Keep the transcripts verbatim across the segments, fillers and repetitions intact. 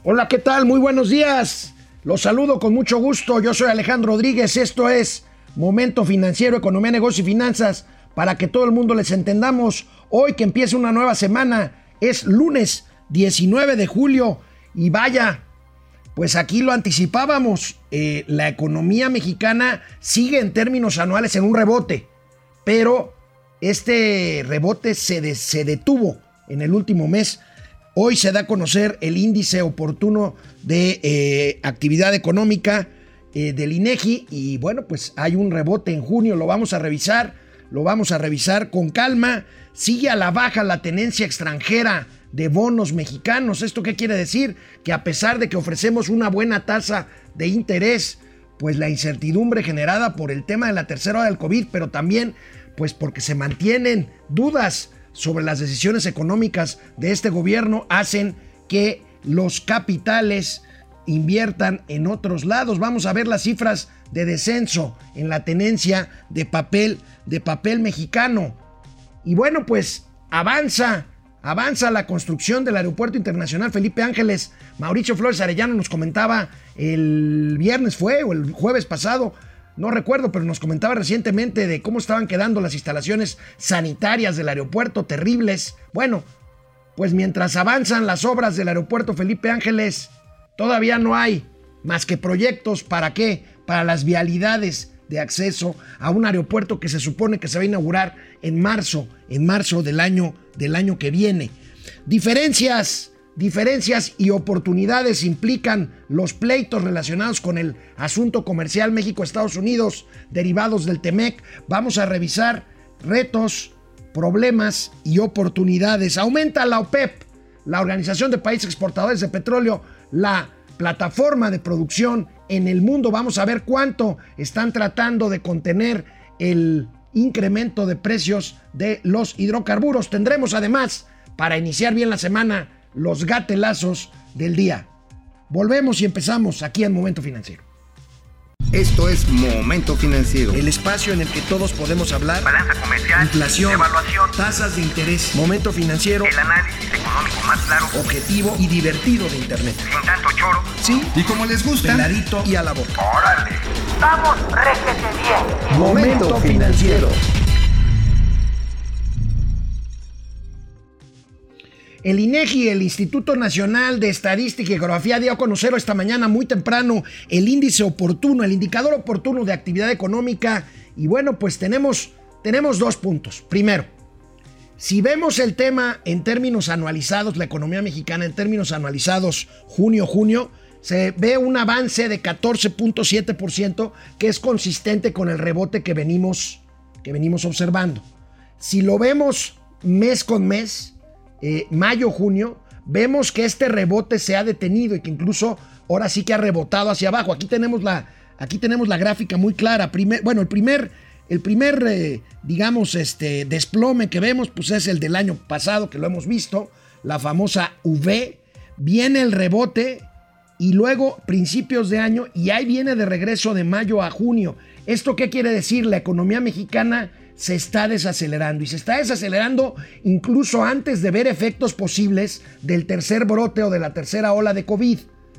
Hola, ¿qué tal? Muy buenos días. Los saludo con mucho gusto. Yo soy Alejandro Rodríguez. Esto es Momento Financiero, Economía, Negocio y Finanzas, para que todo el mundo les entendamos. Hoy que empieza una nueva semana, es lunes diecinueve de julio y vaya, pues aquí lo anticipábamos. Eh, la economía mexicana sigue en términos anuales en un rebote, pero este rebote se, de, se detuvo en el último mes. Hoy se da a conocer el índice oportuno de eh, actividad económica eh, del INEGI y bueno, pues hay un rebote en junio, lo vamos a revisar, lo vamos a revisar con calma. Sigue a la baja la tenencia extranjera de bonos mexicanos. ¿Esto qué quiere decir? Que a pesar de que ofrecemos una buena tasa de interés, pues la incertidumbre generada por el tema de la tercera ola del COVID, pero también pues porque se mantienen dudas sobre las decisiones económicas de este gobierno, hacen que los capitales inviertan en otros lados. Vamos a ver las cifras de descenso en la tenencia de papel, de papel mexicano. Y bueno, pues avanza, avanza la construcción del Aeropuerto Internacional Felipe Ángeles. Mauricio Flores Arellano nos comentaba el viernes fue, o el jueves pasado, no recuerdo, pero nos comentaba recientemente de cómo estaban quedando las instalaciones sanitarias del aeropuerto, terribles. Bueno, pues mientras avanzan las obras del aeropuerto Felipe Ángeles, todavía no hay más que proyectos. ¿Para qué? Para las vialidades de acceso a un aeropuerto que se supone que se va a inaugurar en marzo, en marzo del año, del año que viene. Diferencias... Diferencias y oportunidades implican los pleitos relacionados con el asunto comercial México-Estados Unidos derivados del TEMEC. Vamos a revisar retos, problemas y oportunidades. Aumenta la OPEP, la Organización de Países Exportadores de Petróleo, la plataforma de producción en el mundo. Vamos a ver cuánto están tratando de contener el incremento de precios de los hidrocarburos. Tendremos además, para iniciar bien la semana, los gatelazos del día. Volvemos y empezamos aquí en Momento Financiero. Esto es Momento Financiero, el espacio en el que todos podemos hablar. Balanza comercial, inflación, evaluación, tasas de interés. Momento Financiero, el análisis económico más claro, objetivo y divertido de Internet. sin tanto choro. Sí, y como les gusta, peladito y a la boca. ¡Órale! ¡Vamos, réjete bien! Momento Financiero. El INEGI, el Instituto Nacional de Estadística y Geografía, dio a conocer esta mañana muy temprano el índice oportuno, el indicador oportuno de actividad económica. Y bueno, pues tenemos, tenemos dos puntos. Primero, si vemos el tema en términos anualizados, la economía mexicana en términos anualizados, junio-junio, se ve un avance de catorce punto siete por ciento que es consistente con el rebote que venimos, que venimos observando. Si lo vemos mes con mes, Eh, mayo-junio, vemos que este rebote se ha detenido y que incluso ahora sí que ha rebotado hacia abajo. Aquí tenemos la, aquí tenemos la gráfica muy clara. Primer, bueno, el primer, el primer eh, digamos, este, desplome que vemos pues es el del año pasado, que lo hemos visto, la famosa V. Viene el rebote y luego principios de año y ahí viene de regreso de mayo a junio. ¿Esto qué quiere decir? La economía mexicana se está desacelerando y se está desacelerando incluso antes de ver efectos posibles del tercer brote o de la tercera ola de COVID.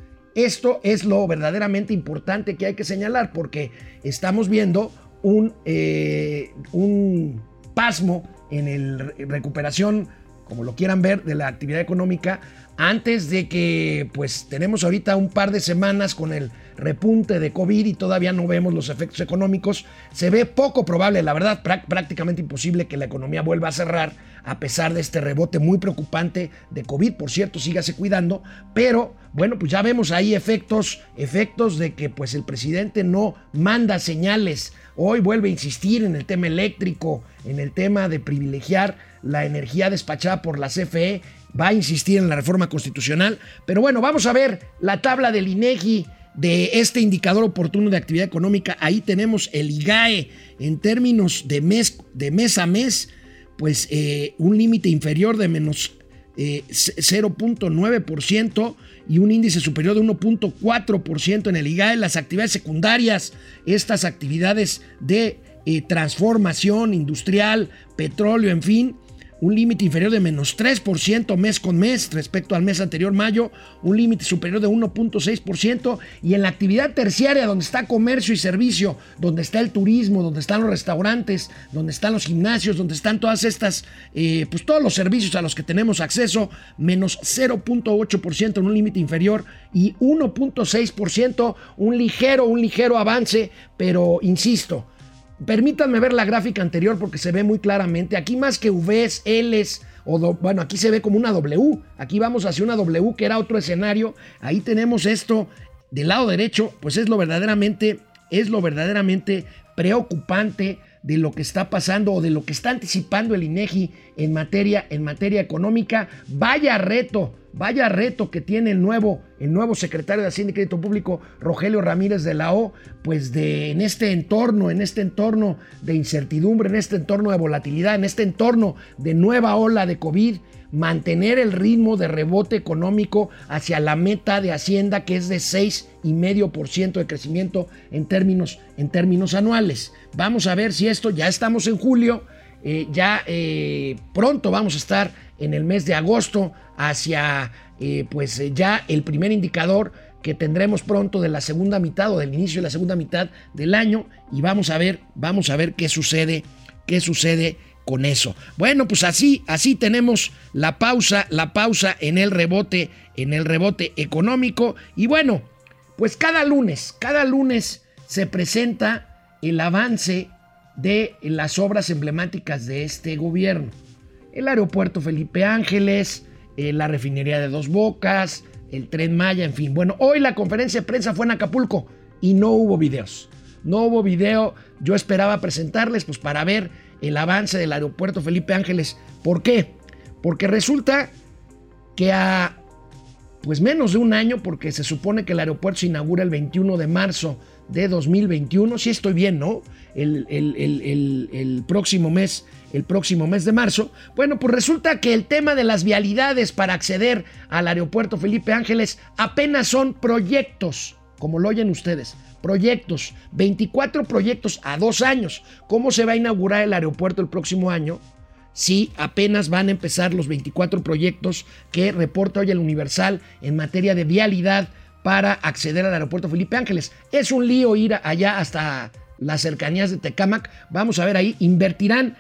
Esto es lo verdaderamente importante que hay que señalar porque estamos viendo un, eh, un pasmo en la recuperación, como lo quieran ver, de la actividad económica antes de que pues tenemos ahorita un par de semanas con el repunte de COVID y todavía no vemos los efectos económicos. Se ve poco probable, la verdad, prácticamente imposible que la economía vuelva a cerrar a pesar de este rebote muy preocupante de COVID. Por cierto, sígase cuidando, pero bueno, pues ya vemos ahí efectos, efectos de que pues el presidente no manda señales. Hoy vuelve a insistir en el tema eléctrico, en el tema de privilegiar la energía despachada por la C F E, va a insistir en la reforma constitucional. Pero bueno, vamos a ver la tabla del INEGI de este indicador oportuno de actividad económica. Ahí tenemos el I G A E en términos de mes, de mes a mes, pues eh, un límite inferior de menos eh, cero punto nueve por ciento y un índice superior de uno punto cuatro por ciento en el I G A E. Las actividades secundarias, estas actividades de eh, transformación industrial, petróleo, en fin, un límite inferior de menos tres por ciento mes con mes respecto al mes anterior, mayo, un límite superior de uno punto seis por ciento, y en la actividad terciaria, donde está comercio y servicio, donde está el turismo, donde están los restaurantes, donde están los gimnasios, donde están todas estas, eh, pues todos los servicios a los que tenemos acceso, menos cero punto ocho por ciento en un límite inferior y uno punto seis por ciento, un ligero, un ligero avance, pero insisto, permítanme ver la gráfica anterior porque se ve muy claramente. Aquí más que V's, L's, o do, bueno, aquí se ve como una W. Aquí vamos hacia una W, que era otro escenario. Ahí tenemos esto del lado derecho, pues es lo verdaderamente, es lo verdaderamente preocupante de lo que está pasando o de lo que está anticipando el INEGI en materia, en materia económica. Vaya reto, vaya reto que tiene el nuevo, el nuevo secretario de Hacienda y Crédito Público, Rogelio Ramírez de la O, pues de, en este entorno, en este entorno de incertidumbre, en este entorno de volatilidad, en este entorno de nueva ola de COVID, mantener el ritmo de rebote económico hacia la meta de Hacienda, que es de seis coma cinco por ciento de crecimiento en términos, en términos anuales. Vamos a ver si esto, ya estamos en julio, eh, ya eh, pronto vamos a estar en el mes de agosto hacia eh, pues eh, ya el primer indicador que tendremos pronto de la segunda mitad o del inicio de la segunda mitad del año, y vamos a ver, vamos a ver qué sucede, qué sucede con eso. Bueno, pues así, así tenemos la pausa, la pausa en el rebote, en el rebote económico. Y bueno, pues cada lunes, cada lunes se presenta el avance de las obras emblemáticas de este gobierno. El aeropuerto Felipe Ángeles, eh, la refinería de Dos Bocas, el Tren Maya, en fin. Bueno, hoy la conferencia de prensa fue en Acapulco y no hubo videos. No hubo video. Yo esperaba presentarles, pues, para ver el avance del aeropuerto Felipe Ángeles. ¿Por qué? Porque resulta que a pues menos de un año, porque se supone que el aeropuerto se inaugura el veintiuno de marzo de dos mil veintiuno, si estoy bien, ¿no? El, el, el, el, el próximo mes, el próximo mes de marzo. Bueno, pues resulta que el tema de las vialidades para acceder al aeropuerto Felipe Ángeles apenas son proyectos, como lo oyen ustedes. Proyectos, veinticuatro proyectos a dos años. ¿Cómo se va a inaugurar el aeropuerto el próximo año? Sí, apenas van a empezar los veinticuatro proyectos que reporta hoy el Universal en materia de vialidad para acceder al aeropuerto Felipe Ángeles. Es un lío ir allá hasta las cercanías de Tecámac. Vamos a ver ahí, invertirán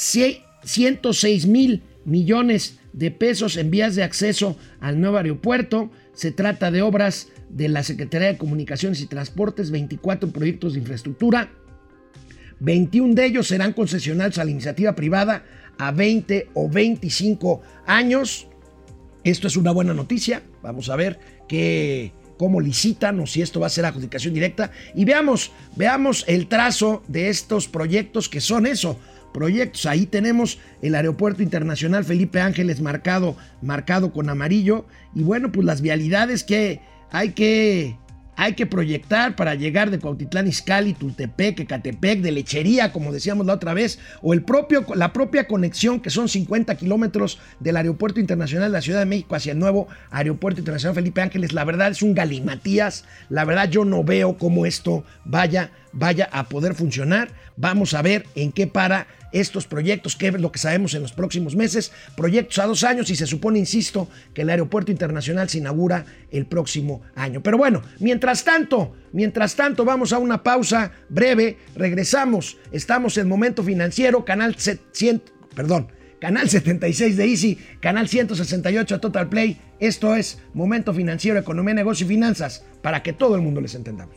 ciento seis mil millones de pesos en vías de acceso al nuevo aeropuerto. Se trata de obras de la Secretaría de Comunicaciones y Transportes, veinticuatro proyectos de infraestructura. veintiuno de ellos serán concesionados a la iniciativa privada a veinte o veinticinco años. Esto es una buena noticia. Vamos a ver qué, cómo licitan o si esto va a ser adjudicación directa. Y veamos, veamos el trazo de estos proyectos, que son eso, proyectos. Ahí tenemos el Aeropuerto Internacional Felipe Ángeles marcado, marcado con amarillo. Y bueno, pues las vialidades que hay que... Hay que proyectar para llegar de Cuautitlán Izcalli, Tultepec, Ecatepec, de Lechería, como decíamos la otra vez, o el propio, la propia conexión, que son cincuenta kilómetros del Aeropuerto Internacional de la Ciudad de México hacia el nuevo Aeropuerto Internacional Felipe Ángeles. La verdad es un galimatías. La verdad yo no veo cómo esto vaya, vaya a poder funcionar. Vamos a ver en qué para estos proyectos, qué es lo que sabemos en los próximos meses. Proyectos a dos años y se supone, insisto, que el Aeropuerto Internacional se inaugura el próximo año. Pero bueno, mientras tanto, mientras tanto vamos a una pausa breve, regresamos. Estamos en Momento Financiero, canal cien, perdón, canal setenta y seis de Easy, canal ciento sesenta y ocho de Total Play. Esto es Momento Financiero, Economía, Negocio y Finanzas, para que todo el mundo les entendamos.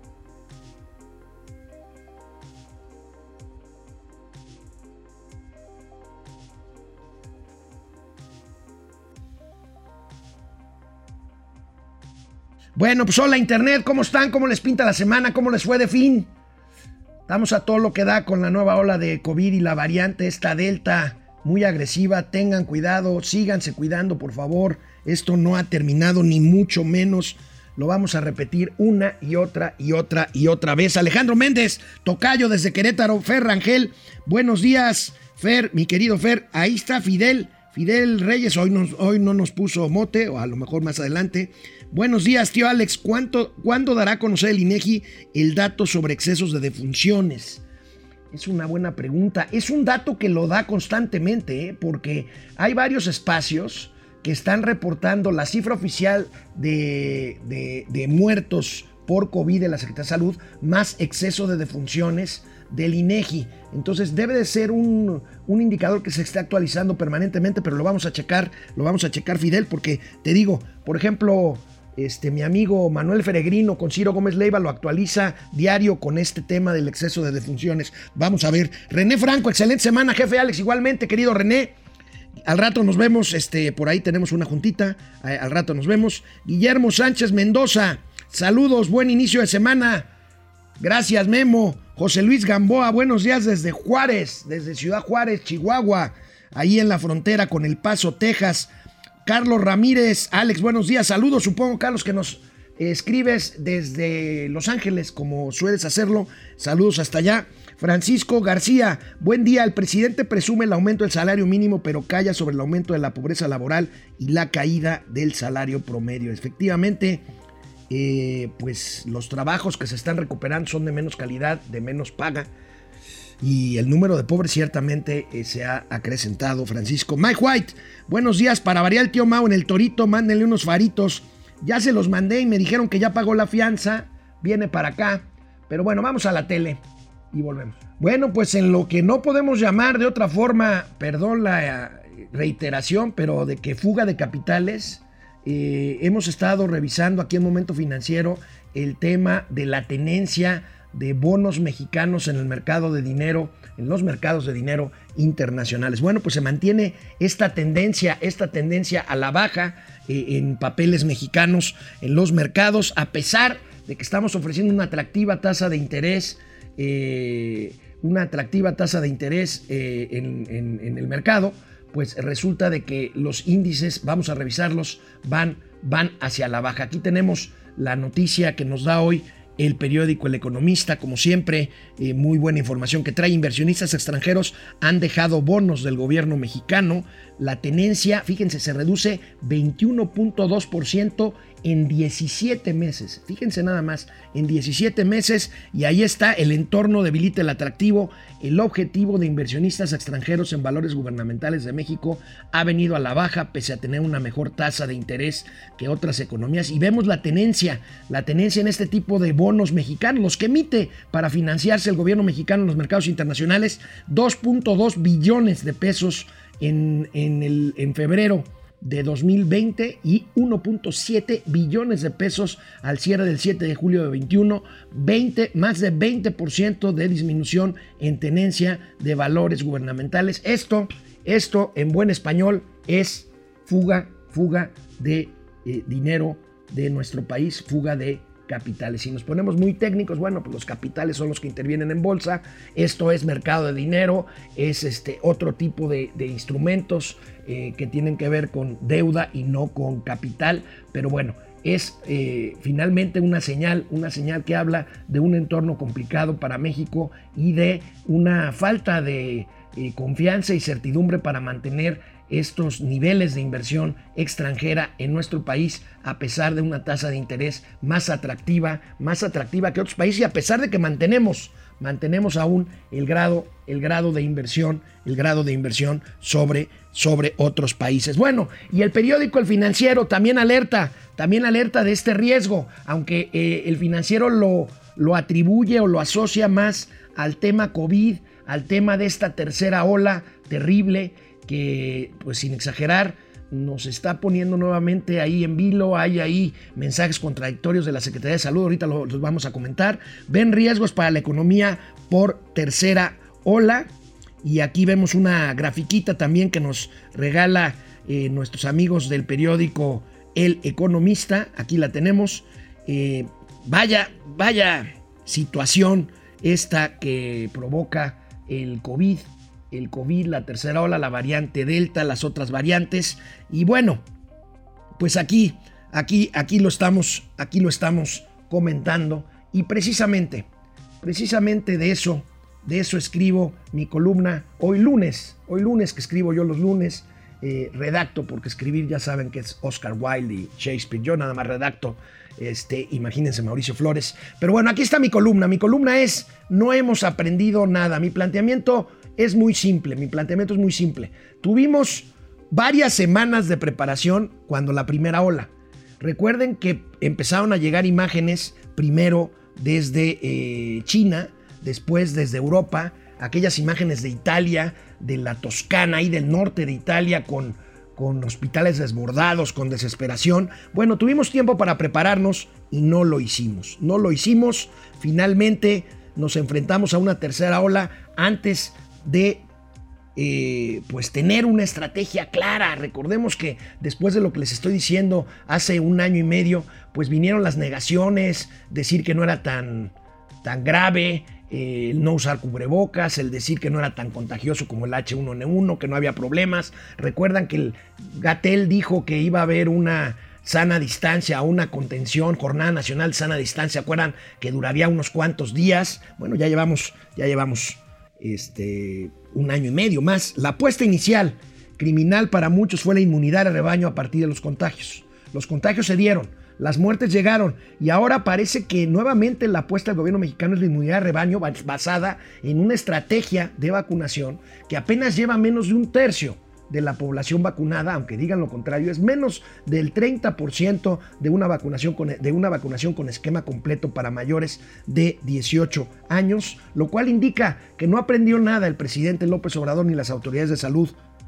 Bueno, pues hola Internet, ¿cómo están? ¿Cómo les pinta la semana? ¿Cómo les fue de fin? Estamos a todo lo que da con la nueva ola de COVID y la variante, esta Delta, muy agresiva. Tengan cuidado, síganse cuidando, por favor. Esto no ha terminado, ni mucho menos. Lo vamos a repetir una y otra y otra y otra vez. Alejandro Méndez, tocayo desde Querétaro. Fer Rangel, buenos días. Fer, mi querido Fer, ahí está Fidel. Fidel Reyes, hoy, nos, hoy no nos puso mote, o a lo mejor más adelante. Buenos días, tío Alex. ¿Cuánto, ¿Cuándo dará a conocer el INEGI el dato sobre excesos de defunciones? Es una buena pregunta. Es un dato que lo da constantemente, ¿eh? Porque hay varios espacios que están reportando la cifra oficial de, de, de muertos por COVID de la Secretaría de Salud, más exceso de defunciones del INEGI. Entonces debe de ser un, un indicador que se está actualizando permanentemente, pero lo vamos a checar, lo vamos a checar, Fidel, porque te digo, por ejemplo, este, mi amigo Manuel Feregrino con Ciro Gómez Leiva lo actualiza diario con este tema del exceso de defunciones. Vamos a ver. René Franco, excelente semana, jefe Alex, igualmente, querido René. Al rato nos vemos, este, por ahí tenemos una juntita, al rato nos vemos. Guillermo Sánchez Mendoza, saludos, buen inicio de semana. Gracias, Memo. José Luis Gamboa, buenos días desde Juárez, desde Ciudad Juárez, Chihuahua, ahí en la frontera con El Paso, Texas. Carlos Ramírez, Alex, buenos días, saludos, supongo, Carlos, que nos escribes desde Los Ángeles, como sueles hacerlo, saludos hasta allá. Francisco García, buen día, el presidente presume el aumento del salario mínimo, pero calla sobre el aumento de la pobreza laboral y la caída del salario promedio. Efectivamente, eh, pues los trabajos que se están recuperando son de menos calidad, de menos paga, y el número de pobres ciertamente eh, se ha acrecentado, Francisco. Mike White, buenos días, para variar el tío Mau en el Torito, mándenle unos faritos. Ya se los mandé y me dijeron que ya pagó la fianza, viene para acá, pero bueno, vamos a la tele y volvemos. Bueno, pues en lo que no podemos llamar de otra forma, perdón la reiteración, pero de que fuga de capitales, eh, hemos estado revisando aquí en Momento Financiero el tema de la tenencia de bonos mexicanos en el mercado de dinero, en los mercados de dinero internacionales. Bueno, pues se mantiene esta tendencia, esta tendencia a la baja eh, en papeles mexicanos en los mercados, a pesar de que estamos ofreciendo una atractiva tasa de interés, eh, una atractiva tasa de interés eh, en, en, en el mercado, pues resulta de que los índices, vamos a revisarlos, van, van hacia la baja. Aquí tenemos la noticia que nos da hoy el periódico El Economista, como siempre, eh, muy buena información que trae. Inversionistas extranjeros han dejado bonos del gobierno mexicano. La tenencia, fíjense, se reduce veintiuno punto dos por ciento en diecisiete meses. Fíjense nada más, en diecisiete meses, y ahí está, el entorno debilita el atractivo. El objetivo de inversionistas extranjeros en valores gubernamentales de México ha venido a la baja, pese a tener una mejor tasa de interés que otras economías. Y vemos la tenencia, la tenencia en este tipo de bonos mexicanos, los que emite para financiarse el gobierno mexicano en los mercados internacionales, dos punto dos billones de pesos en, en, el, en febrero de dos mil veinte y uno punto siete billones de pesos al cierre del siete de julio de veintiuno, veinte, más de veinte por ciento de disminución en tenencia de valores gubernamentales. Esto, esto en buen español es fuga, fuga de eh, dinero de nuestro país, fuga de capitales. Si nos ponemos muy técnicos, bueno, pues los capitales son los que intervienen en bolsa. Esto es mercado de dinero, es este otro tipo de, de instrumentos eh, que tienen que ver con deuda y no con capital. Pero bueno, es eh, finalmente una señal, una señal que habla de un entorno complicado para México y de una falta de eh, confianza y certidumbre para mantener estos niveles de inversión extranjera en nuestro país, a pesar de una tasa de interés más atractiva, más atractiva que otros países, y a pesar de que mantenemos, mantenemos aún el grado, el grado de inversión, el grado de inversión sobre, sobre otros países. Bueno, y el periódico El Financiero también alerta, también alerta de este riesgo, aunque eh, el Financiero lo, lo atribuye o lo asocia más al tema COVID, al tema de esta tercera ola terrible, que, pues sin exagerar, nos está poniendo nuevamente ahí en vilo. Hay ahí mensajes contradictorios de la Secretaría de Salud, ahorita lo, los vamos a comentar. Ven riesgos para la economía por tercera ola, y aquí vemos una grafiquita también que nos regala eh, nuestros amigos del periódico El Economista. Aquí la tenemos. Eh, vaya, vaya situación esta que provoca el COVID. El COVID, la tercera ola, la variante Delta, las otras variantes. Y bueno, pues aquí, aquí, aquí lo estamos, aquí lo estamos comentando. Y precisamente, precisamente de eso, de eso escribo mi columna hoy lunes. Hoy lunes, que escribo yo los lunes, eh, redacto, porque escribir ya saben que es Oscar Wilde y Shakespeare. Yo nada más redacto, este, imagínense Mauricio Flores. Pero bueno, aquí está mi columna. Mi columna es: no hemos aprendido nada. Mi planteamiento es muy simple. Mi planteamiento es muy simple. Tuvimos varias semanas de preparación cuando la primera ola. Recuerden que empezaron a llegar imágenes primero desde eh, China, después desde Europa, aquellas imágenes de Italia, de la Toscana y del norte de Italia con, con hospitales desbordados, con desesperación. Bueno, tuvimos tiempo para prepararnos y no lo hicimos. No lo hicimos. Finalmente nos enfrentamos a una tercera ola antes de Eh, pues tener una estrategia clara. Recordemos que después de lo que les estoy diciendo hace un año y medio, pues vinieron las negaciones, decir que no era tan, tan grave, eh, el no usar cubrebocas, el decir que no era tan contagioso como el H uno N uno, que no había problemas. Recuerdan que el Gatell dijo que iba a haber una sana distancia, una contención, jornada nacional de sana distancia. ¿Acuerdan que duraría unos cuantos días? Bueno, ya llevamos, ya llevamos este, un año y medio más. La apuesta inicial criminal para muchos fue la inmunidad de rebaño a partir de los contagios. Los contagios se dieron, las muertes llegaron y ahora parece que nuevamente la apuesta del gobierno mexicano es la inmunidad de rebaño basada en una estrategia de vacunación que apenas lleva menos de un tercio de la población vacunada, aunque digan lo contrario, es menos del treinta por ciento de una vacunación con, de una vacunación con esquema completo para mayores de dieciocho años, lo cual indica que no aprendió nada el presidente López Obrador ni las autoridades de salud.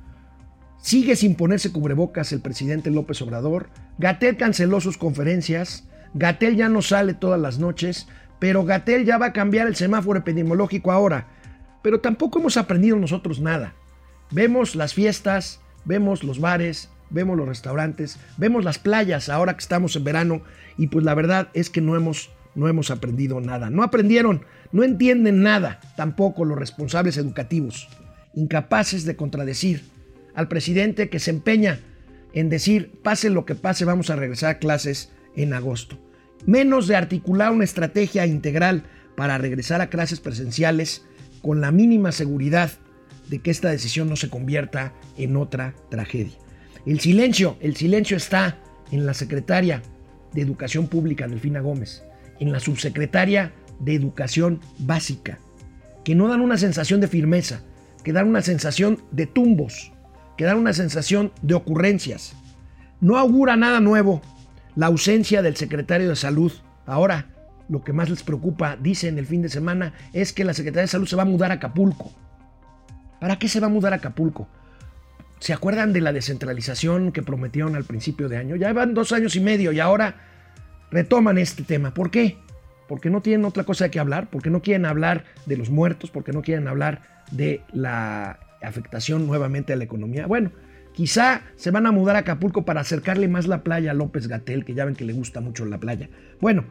Sigue sin ponerse cubrebocas el presidente López Obrador. Gatell canceló sus conferencias. Gatell ya no sale todas las noches, pero Gatell ya va a cambiar el semáforo epidemiológico ahora. Pero tampoco hemos aprendido nosotros nada. Vemos las fiestas, vemos los bares, vemos los restaurantes, vemos las playas ahora que estamos en verano y pues la verdad es que no hemos, no hemos aprendido nada. No aprendieron, no entienden nada tampoco los responsables educativos, incapaces de contradecir al presidente que se empeña en decir pase lo que pase vamos a regresar a clases en agosto. Menos de articular una estrategia integral para regresar a clases presenciales con la mínima seguridad de que esta decisión no se convierta en otra tragedia. El silencio, el silencio está en la secretaria de Educación Pública, Delfina Gómez, en la subsecretaria de Educación Básica, que no dan una sensación de firmeza, que dan una sensación de tumbos, que dan una sensación de ocurrencias. No augura nada nuevo la ausencia del secretario de Salud. Ahora, lo que más les preocupa, dicen el fin de semana, es que la Secretaría de Salud se va a mudar a Acapulco. ¿Para qué se va a mudar a Acapulco? ¿Se acuerdan de la descentralización que prometieron al principio de año? Ya van dos años y medio y ahora retoman este tema. ¿Por qué? Porque no tienen otra cosa de qué hablar, porque no quieren hablar de los muertos, porque no quieren hablar de la afectación nuevamente a la economía. Bueno, quizá se van a mudar a Acapulco para acercarle más la playa a López-Gatell, que ya ven que le gusta mucho la playa. Bueno,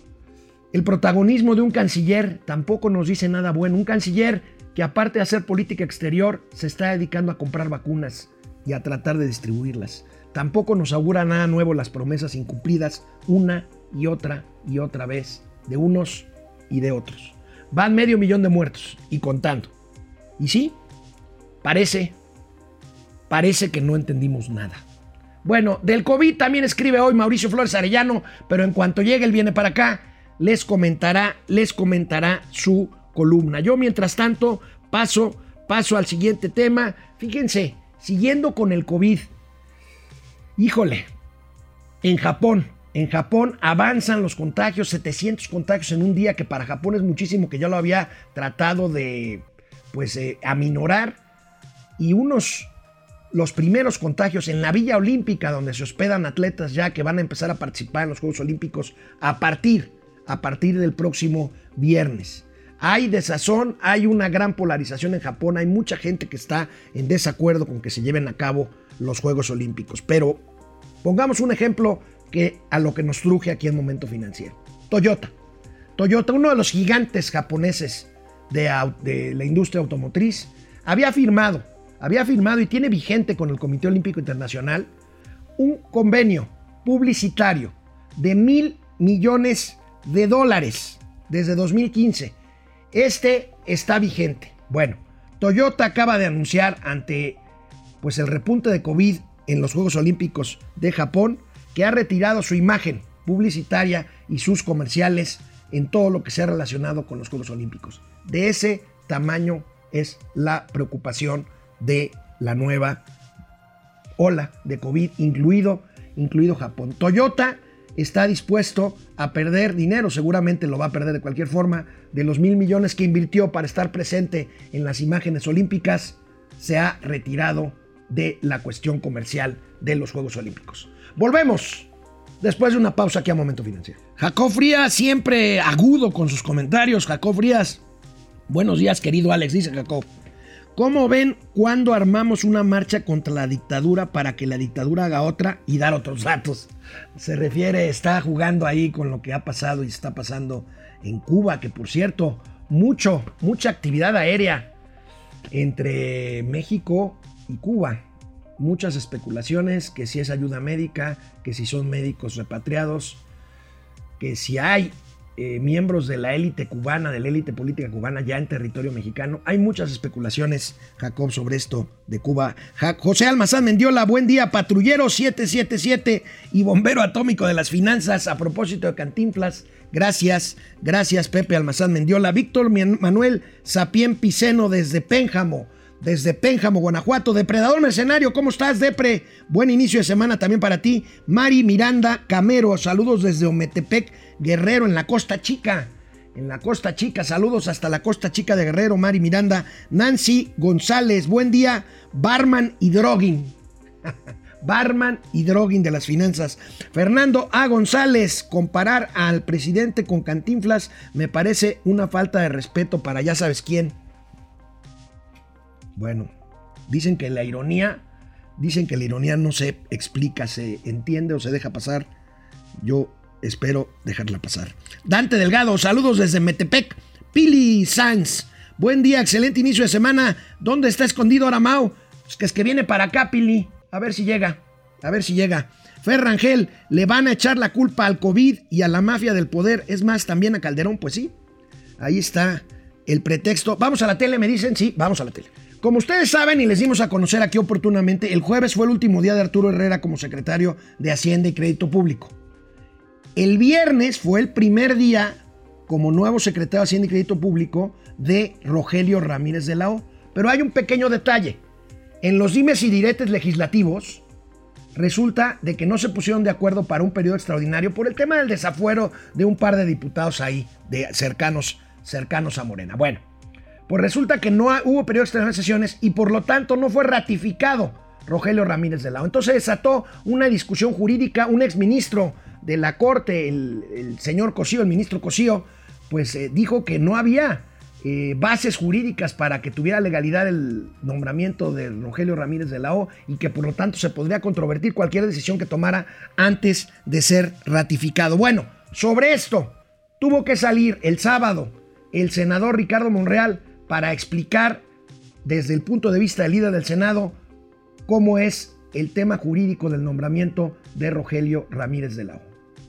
el protagonismo de un canciller tampoco nos dice nada bueno. Un canciller que aparte de hacer política exterior, se está dedicando a comprar vacunas y a tratar de distribuirlas. Tampoco nos augura nada nuevo las promesas incumplidas una y otra y otra vez, de unos y de otros. Van medio millón de muertos y contando. Y sí, parece, parece que no entendimos nada. Bueno, del COVID también escribe hoy Mauricio Flores Arellano, pero en cuanto llegue él viene para acá, les comentará, les comentará su columna. Yo, mientras tanto, paso, paso al siguiente tema. Fíjense, siguiendo con el COVID. Híjole, en Japón, en Japón avanzan los contagios, setecientos contagios en un día, que para Japón es muchísimo, que ya lo había tratado de, pues, eh, aminorar. Y unos, los primeros contagios en la Villa Olímpica, donde se hospedan atletas ya que van a empezar a participar en los Juegos Olímpicos a partir, a partir del próximo viernes. Hay desazón, hay una gran polarización en Japón, hay mucha gente que está en desacuerdo con que se lleven a cabo los Juegos Olímpicos. Pero pongamos un ejemplo que a lo que nos truje aquí en Momento Financiero. Toyota. Toyota, uno de los gigantes japoneses de, de la industria automotriz, había firmado, había firmado y tiene vigente con el Comité Olímpico Internacional un convenio publicitario de mil millones de dólares desde dos mil quince. Este está vigente. Bueno, Toyota acaba de anunciar ante pues el repunte de COVID en los Juegos Olímpicos de Japón, que ha retirado su imagen publicitaria y sus comerciales en todo lo que se ha relacionado con los Juegos Olímpicos. De ese tamaño es la preocupación de la nueva ola de COVID, incluido, incluido Japón. Toyota está dispuesto a perder dinero, seguramente lo va a perder de cualquier forma, de los mil millones que invirtió para estar presente en las imágenes olímpicas, se ha retirado de la cuestión comercial de los Juegos Olímpicos. Volvemos después de una pausa aquí a Momento Financiero. Jacob Frías, siempre agudo con sus comentarios. Jacob Frías, buenos días, querido Alex, dice Jacob. ¿Cómo ven cuando armamos una marcha contra la dictadura para que la dictadura haga otra y dar otros datos? Se refiere, está jugando ahí con lo que ha pasado y está pasando en Cuba, que por cierto, mucho, mucha actividad aérea entre México y Cuba. Muchas especulaciones, que si es ayuda médica, que si son médicos repatriados, que si hay eh, miembros de la élite cubana, de la élite política cubana ya en territorio mexicano. Hay muchas especulaciones, Jacob, sobre esto de Cuba. Ja- José Almazán Mendiola, buen día, patrullero siete siete siete y bombero atómico de las finanzas. A propósito de Cantinflas, gracias, gracias Pepe Almazán Mendiola. Víctor Manuel Sapien Piceno desde Pénjamo. Desde Pénjamo, Guanajuato. Depredador Mercenario, ¿cómo estás, Depre? Buen inicio de semana también para ti. Mari Miranda Camero, saludos desde Ometepec, Guerrero, en la Costa Chica. En la Costa Chica, saludos hasta la Costa Chica de Guerrero, Mari Miranda. Nancy González, buen día. Barman y Droguin. Barman y Droguin de las finanzas. Fernando A. González, comparar al presidente con Cantinflas me parece una falta de respeto para ya sabes quién. Bueno, dicen que la ironía, dicen que la ironía no se explica, se entiende o se deja pasar. Yo espero dejarla pasar. Dante Delgado, saludos desde Metepec. Pili Sanz, buen día, excelente inicio de semana. ¿Dónde está escondido Aramao? Es que es que viene para acá, Pili. A ver si llega, a ver si llega. Fer Rangel, le van a echar la culpa al COVID y a la mafia del poder. Es más, también a Calderón, pues sí. Ahí está el pretexto. Vamos a la tele, me dicen. Sí, vamos a la tele. Como ustedes saben y les dimos a conocer aquí oportunamente, el jueves fue el último día de Arturo Herrera como secretario de Hacienda y Crédito Público. El viernes fue el primer día como nuevo secretario de Hacienda y Crédito Público de Rogelio Ramírez de la O. Pero hay un pequeño detalle. En los dimes y diretes legislativos, resulta de que no se pusieron de acuerdo para un periodo extraordinario por el tema del desafuero de un par de diputados ahí, de cercanos, cercanos a Morena. Bueno, pues resulta que no hubo periodo extraordinario de sesiones y por lo tanto no fue ratificado Rogelio Ramírez de la O. Entonces desató una discusión jurídica. Un exministro de la Corte, el, el señor Cosío, el ministro Cosío, pues eh, dijo que no había eh, bases jurídicas para que tuviera legalidad el nombramiento de Rogelio Ramírez de la O y que por lo tanto se podría controvertir cualquier decisión que tomara antes de ser ratificado. Bueno, sobre esto tuvo que salir el sábado el senador Ricardo Monreal para explicar desde el punto de vista del líder del Senado cómo es el tema jurídico del nombramiento de Rogelio Ramírez de la O.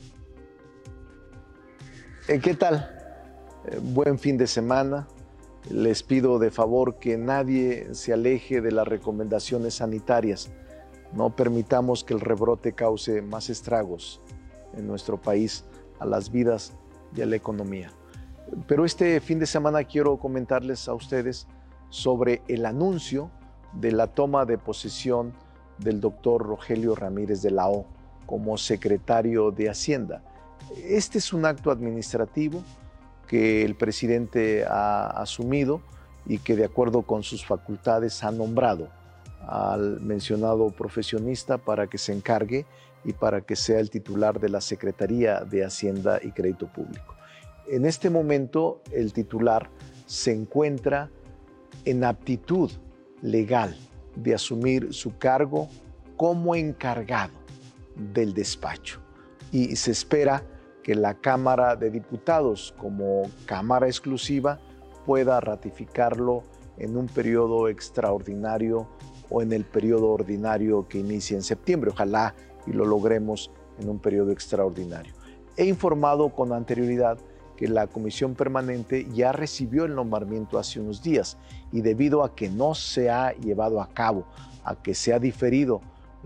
¿Qué tal? Eh, buen fin de semana. Les pido de favor que nadie se aleje de las recomendaciones sanitarias. No permitamos que el rebrote cause más estragos en nuestro país, a las vidas y a la economía. Pero este fin de semana quiero comentarles a ustedes sobre el anuncio de la toma de posesión del doctor Rogelio Ramírez de la O como secretario de Hacienda. Este es un acto administrativo que el presidente ha asumido y que de acuerdo con sus facultades ha nombrado al mencionado profesionista para que se encargue y para que sea el titular de la Secretaría de Hacienda y Crédito Público. En este momento el titular se encuentra en aptitud legal de asumir su cargo como encargado del despacho y se espera que la Cámara de Diputados como Cámara exclusiva pueda ratificarlo en un periodo extraordinario o en el periodo ordinario que inicia en septiembre. Ojalá y lo logremos en un periodo extraordinario. He informado con anterioridad que la Comisión Permanente ya recibió el nombramiento hace unos días y debido a que no se ha llevado a cabo a que se ha diferido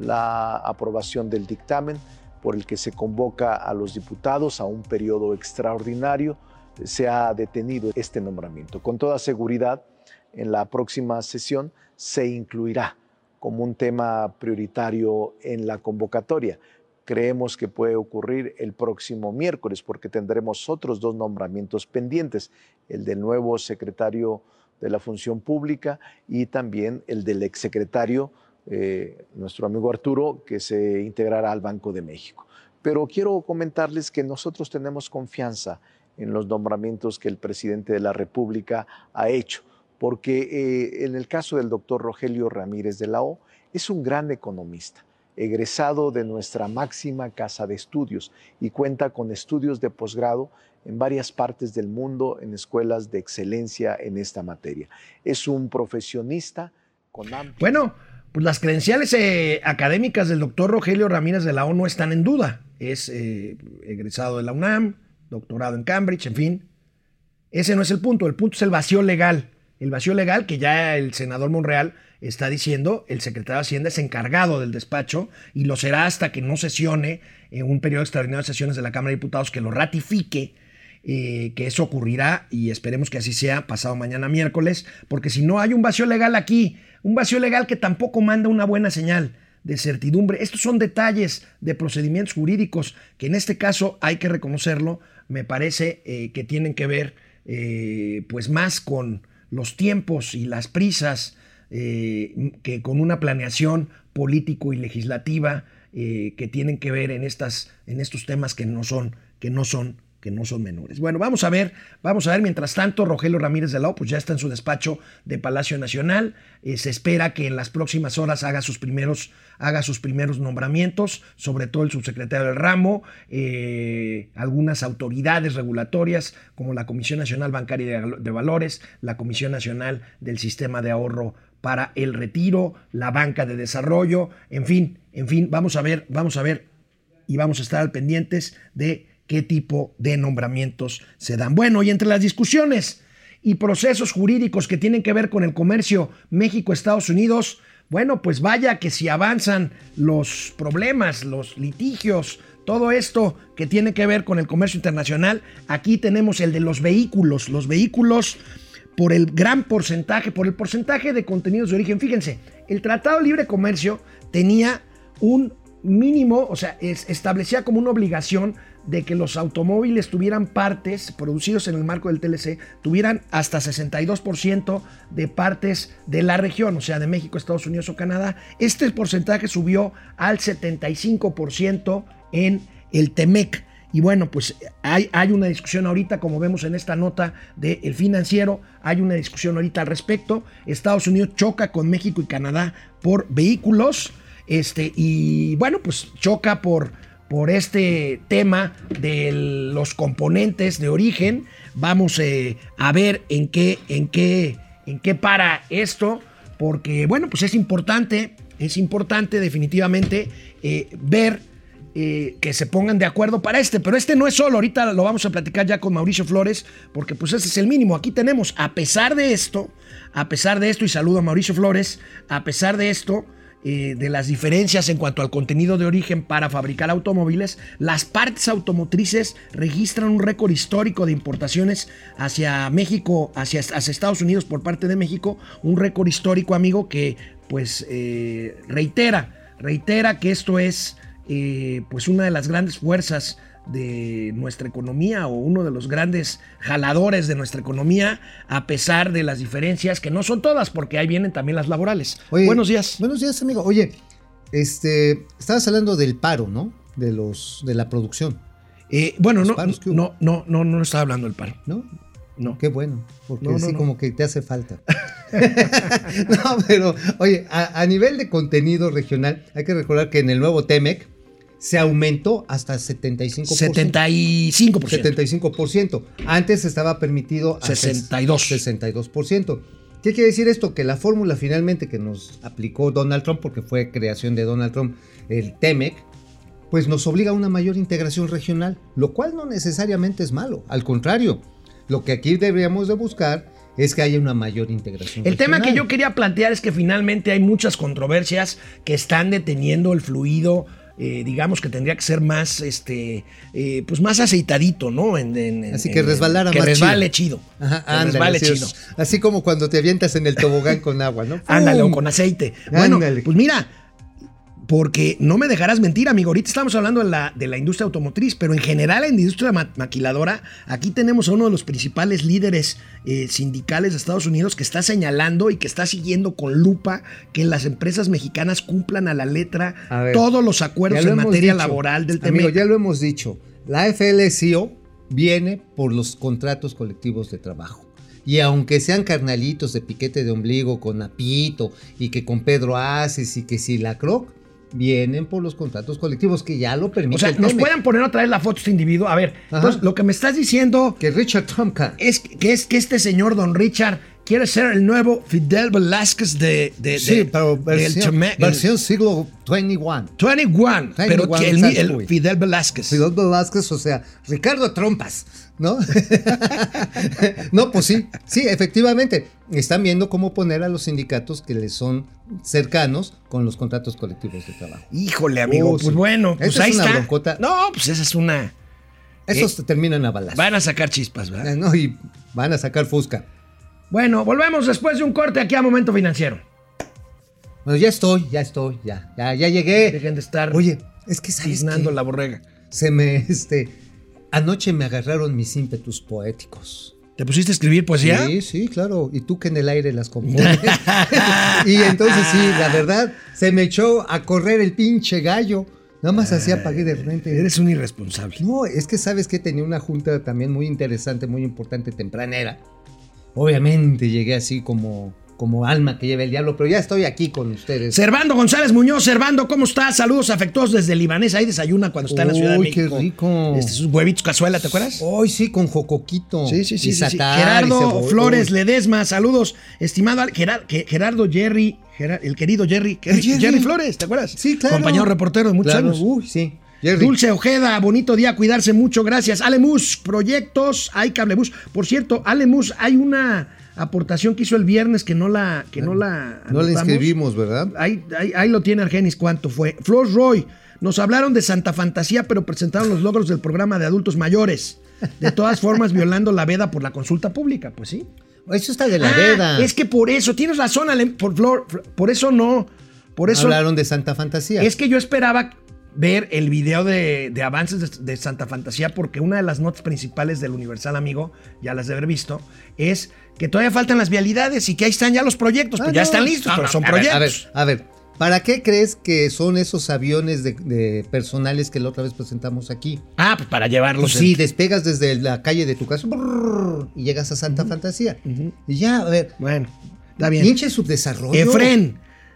la aprobación del dictamen por el que se convoca a los diputados a un periodo extraordinario. Se ha detenido este nombramiento. Con toda seguridad, en la próxima sesión se incluirá como un tema prioritario en la convocatoria. Creemos que puede ocurrir el próximo miércoles porque tendremos otros dos nombramientos pendientes, el del nuevo secretario de la Función Pública y también el del exsecretario, eh, nuestro amigo Arturo, que se integrará al Banco de México. Pero quiero comentarles que nosotros tenemos confianza en los nombramientos que el presidente de la República ha hecho, porque eh, en el caso del doctor Rogelio Ramírez de la O, es un gran economista, egresado de nuestra máxima casa de estudios y cuenta con estudios de posgrado en varias partes del mundo en escuelas de excelencia en esta materia. Es un profesionista con amplio... Bueno, pues las credenciales eh, académicas del doctor Rogelio Ramírez de la O no están en duda. Es eh, egresado de la UNAM, doctorado en Cambridge, en fin. Ese no es el punto, el punto es el vacío legal. El vacío legal que ya el senador Monreal está diciendo, el secretario de Hacienda es encargado del despacho y lo será hasta que no sesione en un periodo extraordinario de sesiones de la Cámara de Diputados que lo ratifique, eh, que eso ocurrirá y esperemos que así sea pasado mañana miércoles, porque si no hay un vacío legal aquí, un vacío legal que tampoco manda una buena señal de certidumbre. Estos son detalles de procedimientos jurídicos que en este caso hay que reconocerlo, me parece eh, que tienen que ver eh, pues más con los tiempos y las prisas eh, que con una planeación político y legislativa eh, que tienen que ver en estas en estos temas que no son que no son que no son menores. Bueno, vamos a ver, vamos a ver, mientras tanto, Rogelio Ramírez de la O, pues ya está en su despacho de Palacio Nacional, eh, se espera que en las próximas horas haga sus primeros, haga sus primeros nombramientos, sobre todo el subsecretario del ramo, eh, algunas autoridades regulatorias, como la Comisión Nacional Bancaria de, de Valores, la Comisión Nacional del Sistema de Ahorro para el Retiro, la Banca de Desarrollo, en fin, en fin, vamos a ver, vamos a ver y vamos a estar al pendientes de qué tipo de nombramientos se dan. Bueno, y entre las discusiones y procesos jurídicos que tienen que ver con el comercio México-Estados Unidos, bueno, pues vaya que si avanzan los problemas, los litigios, todo esto que tiene que ver con el comercio internacional, aquí tenemos el de los vehículos, los vehículos por el gran porcentaje, por el porcentaje de contenidos de origen. Fíjense, el Tratado de Libre Comercio tenía un mínimo, o sea, es, establecía como una obligación de que los automóviles tuvieran partes producidos en el marco del T L C, tuvieran hasta sesenta y dos por ciento de partes de la región, o sea, de México, Estados Unidos o Canadá. Este porcentaje subió al setenta y cinco por ciento en el T M E C. Y bueno, pues hay, hay una discusión ahorita, como vemos en esta nota de El Financiero, hay una discusión ahorita al respecto. Estados Unidos choca con México y Canadá por vehículos, este, y bueno, pues choca por... por este tema de los componentes de origen. Vamos eh, a ver en qué, en, qué, en qué para esto, porque bueno, pues es importante, es importante definitivamente eh, ver eh, que se pongan de acuerdo para este, pero este no es solo, ahorita lo vamos a platicar ya con Mauricio Flores, porque pues ese es el mínimo. Aquí tenemos, a pesar de esto, a pesar de esto, y saludo a Mauricio Flores, a pesar de esto, Eh, de las diferencias en cuanto al contenido de origen para fabricar automóviles, las partes automotrices registran un récord histórico de importaciones hacia México, hacia, hacia Estados Unidos por parte de México, un récord histórico, amigo, que pues eh, reitera, reitera que esto es eh, pues una de las grandes fuerzas de nuestra economía o uno de los grandes jaladores de nuestra economía, a pesar de las diferencias, que no son todas, porque ahí vienen también las laborales. Oye, buenos días. Buenos días, amigo. Oye, este, estabas hablando del paro, ¿no? De los, de la producción. Eh, bueno, no, paros, no, no, no, no estaba hablando del paro. ¿No? No. Qué bueno, porque No, no, sí no. como que te hace falta. No, pero, oye, a, a nivel de contenido regional, hay que recordar que en el nuevo T M E C se aumentó hasta setenta y cinco por ciento. setenta y cinco por ciento. setenta y cinco por ciento. Antes estaba permitido a sesenta y dos. sesenta y dos por ciento. ¿Qué quiere decir esto? Que la fórmula finalmente que nos aplicó Donald Trump, porque fue creación de Donald Trump, el T M E C, pues nos obliga a una mayor integración regional, lo cual no necesariamente es malo. Al contrario, lo que aquí deberíamos de buscar es que haya una mayor integración El tema regional. que yo quería plantear es que finalmente hay muchas controversias que están deteniendo el fluido, eh, digamos que tendría que ser más, este, eh, pues más aceitadito, ¿no? En, en, en, Así que resbalara que más resbale chido. chido. Ajá, que ándale, resbale así, chido. es. Así como cuando te avientas en el tobogán con agua, ¿no? Ándale, ¡Pum! o con aceite. Bueno, Ándale. pues mira, porque no me dejarás mentir, amigo. Ahorita estamos hablando de la, de la industria automotriz, pero en general en la industria ma- maquiladora, aquí tenemos a uno de los principales líderes eh, sindicales de Estados Unidos que está señalando y que está siguiendo con lupa que las empresas mexicanas cumplan a la letra A ver, todos los acuerdos Ya lo en hemos materia dicho, laboral del Amigo, T M E C. ya lo hemos dicho. La F L C O viene por los contratos colectivos de trabajo. Y aunque sean carnalitos de piquete de ombligo con Apito y que con Pedro Aces y que si la Croc, vienen por los contratos colectivos que ya lo permite O sea, el nos T M E C. pueden poner otra vez la foto de este individuo. A ver, Ajá. entonces lo que me estás diciendo Que Richard Trumka. es que, es que este señor, don Richard, quiere ser el nuevo Fidel Velázquez de, de, Sí, de- pero del versión, Chame- versión siglo veintiuno. veintiuno, pero que el, century. el Fidel Velázquez. Fidel Velázquez, o sea, Ricardo Trompas, ¿no? No, pues sí, sí, efectivamente. Están viendo cómo poner a los sindicatos que les son cercanos con los contratos colectivos de trabajo. Híjole, amigo, Oh, pues sí. bueno, pues Esa ahí es una está. broncota. No, pues esa es una... Esos Eh, te terminan a balazos. Van a sacar chispas, ¿verdad? Eh, No, y van a sacar Fusca. Bueno, volvemos después de un corte aquí a Momento Financiero. Bueno, ya estoy, ya estoy, ya, ya, ya llegué. Dejen de estar Oye, es que sabes tiznando qué? la borrega. Se me, este, anoche me agarraron mis ímpetus poéticos. ¿Te pusiste a escribir poesía? Sí, sí, claro. Y tú que en el aire las compones. Y entonces sí, la verdad, se me echó a correr el pinche gallo. Nada más así apagué de repente. Eres un irresponsable. No, es que sabes que tenía una junta también muy interesante, muy importante, tempranera. Obviamente llegué así como, como alma que lleva el diablo, pero ya estoy aquí con ustedes. Servando González Muñoz. Servando, ¿cómo estás? Saludos afectuosos desde Libanés. Ahí desayuna cuando está en la Ciudad de Uy, México. qué rico. Este, sus huevitos cazuela, ¿te acuerdas? Hoy sí, con jocoquito. Sí, sí, sí. Y sí, sí. satar, y Gerardo cebolla. Flores Ledesma, saludos. Estimado Al- Gerar- Ge- Gerardo Jerry, Gerar- el querido Jerry, Jerry, Jerry. Jerry Flores, ¿te acuerdas? Sí, claro. Compañero reportero de muchos Claro, años. Uy, sí. Jerry. Dulce Ojeda, bonito día, cuidarse mucho, gracias. Alemus, proyectos, hay cablebus. Por cierto, Alemus, hay una aportación que hizo el viernes que no la, que no la No le anotamos. inscribimos, ¿verdad? Ahí, ahí, ahí lo tiene Argenis, ¿cuánto fue? Flor Roy, nos hablaron de Santa Fantasía, pero presentaron los logros del programa de adultos mayores. De todas formas, violando la veda por la consulta pública, pues sí. Eso está de la Ah, veda. es que por eso, tienes razón, Ale, por Flor, por eso no. Por eso Hablaron de Santa Fantasía. es que yo esperaba ver el video de, de avances de, de Santa Fantasía, porque una de las notas principales del Universal, amigo, ya las de haber visto, es que todavía faltan las vialidades y que ahí están ya los proyectos, Ah, pues ya no. están listos, No, pero no, son a ver, proyectos. A ver, a ver, ¿para qué crees que son esos aviones de, de personales que la otra vez presentamos aquí? Ah, pues para llevarlos. Pues sí, despegas desde la calle de tu casa brrr, y llegas a Santa Fantasía. Y ya, a ver, Bueno, está bien. pinche subdesarrollo. Efren,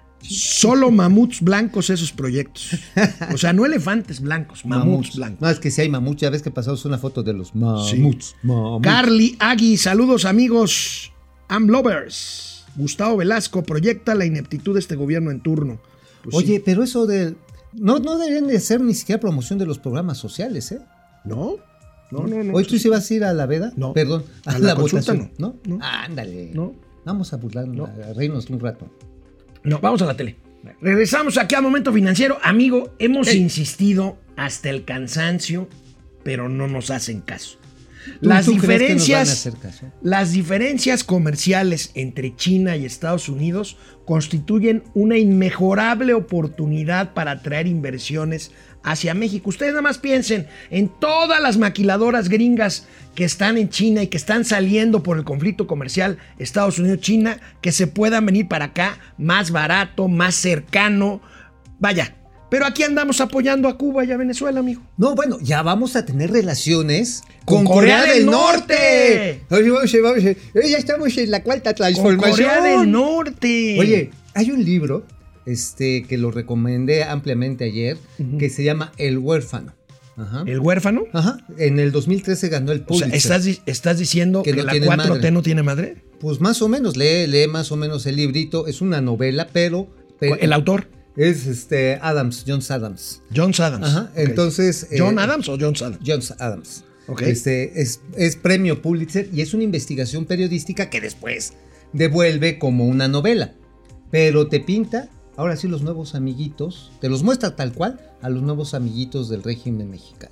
solo mamuts blancos esos proyectos. O sea, no elefantes blancos, mamuts, Mamuts. blancos. No, es que si hay mamuts, ya ves que pasamos una foto de los mamuts. mamuts. Carly Agui, saludos amigos. Am Lovers. Gustavo Velasco, proyecta la ineptitud de este gobierno en turno. Pues Oye, sí. pero eso de... No, no deberían de hacer ni siquiera promoción de los programas sociales, ¿eh? ¿no? No, no, no. ¿Hoy tú sí vas a ir a la veda? No. Perdón, a, A la, la consulta votación. no. ¿No? No. Ándale. No. Vamos a burlarnos, No. a reírnos un rato. No, vamos a la tele. Regresamos aquí a Momento Financiero. Amigo, hemos Ey. insistido hasta el cansancio, pero no nos hacen caso. ¿Tú- Las tú crees que nos van a diferencias, hacer caso? las diferencias comerciales entre China y Estados Unidos constituyen una inmejorable oportunidad para atraer inversiones hacia México. Ustedes nada más piensen en todas las maquiladoras gringas que están en China y que están saliendo por el conflicto comercial Estados Unidos-China, que se puedan venir para acá más barato, más cercano. Vaya, pero aquí andamos apoyando a Cuba y a Venezuela, amigo. No, bueno, ya vamos a tener relaciones Con Corea del Norte. Oye, vamos, vamos, eh, ya estamos en la cuarta Con transformación. Corea del Norte. Oye, hay un libro este, que lo recomendé ampliamente ayer, Ujú. que se llama El Huérfano. Ajá. ¿El huérfano? Ajá. En el dos mil trece ganó el O Pulitzer. sea, ¿estás, di- estás diciendo Que que, no la tiene cuatro T madre. no tiene madre? Pues más o menos, lee, lee más o menos el librito. Es una novela, pero... pero ¿El autor? Es este Adams, John Adams. John Adams. Ajá. Ok. Entonces... ¿John eh, Adams o John Adams? John Adams. Okay. Este, es, es premio Pulitzer y es una investigación periodística que después devuelve como una novela. Pero te pinta, ahora sí, los nuevos amiguitos, te los muestra tal cual a los nuevos amiguitos del régimen mexicano.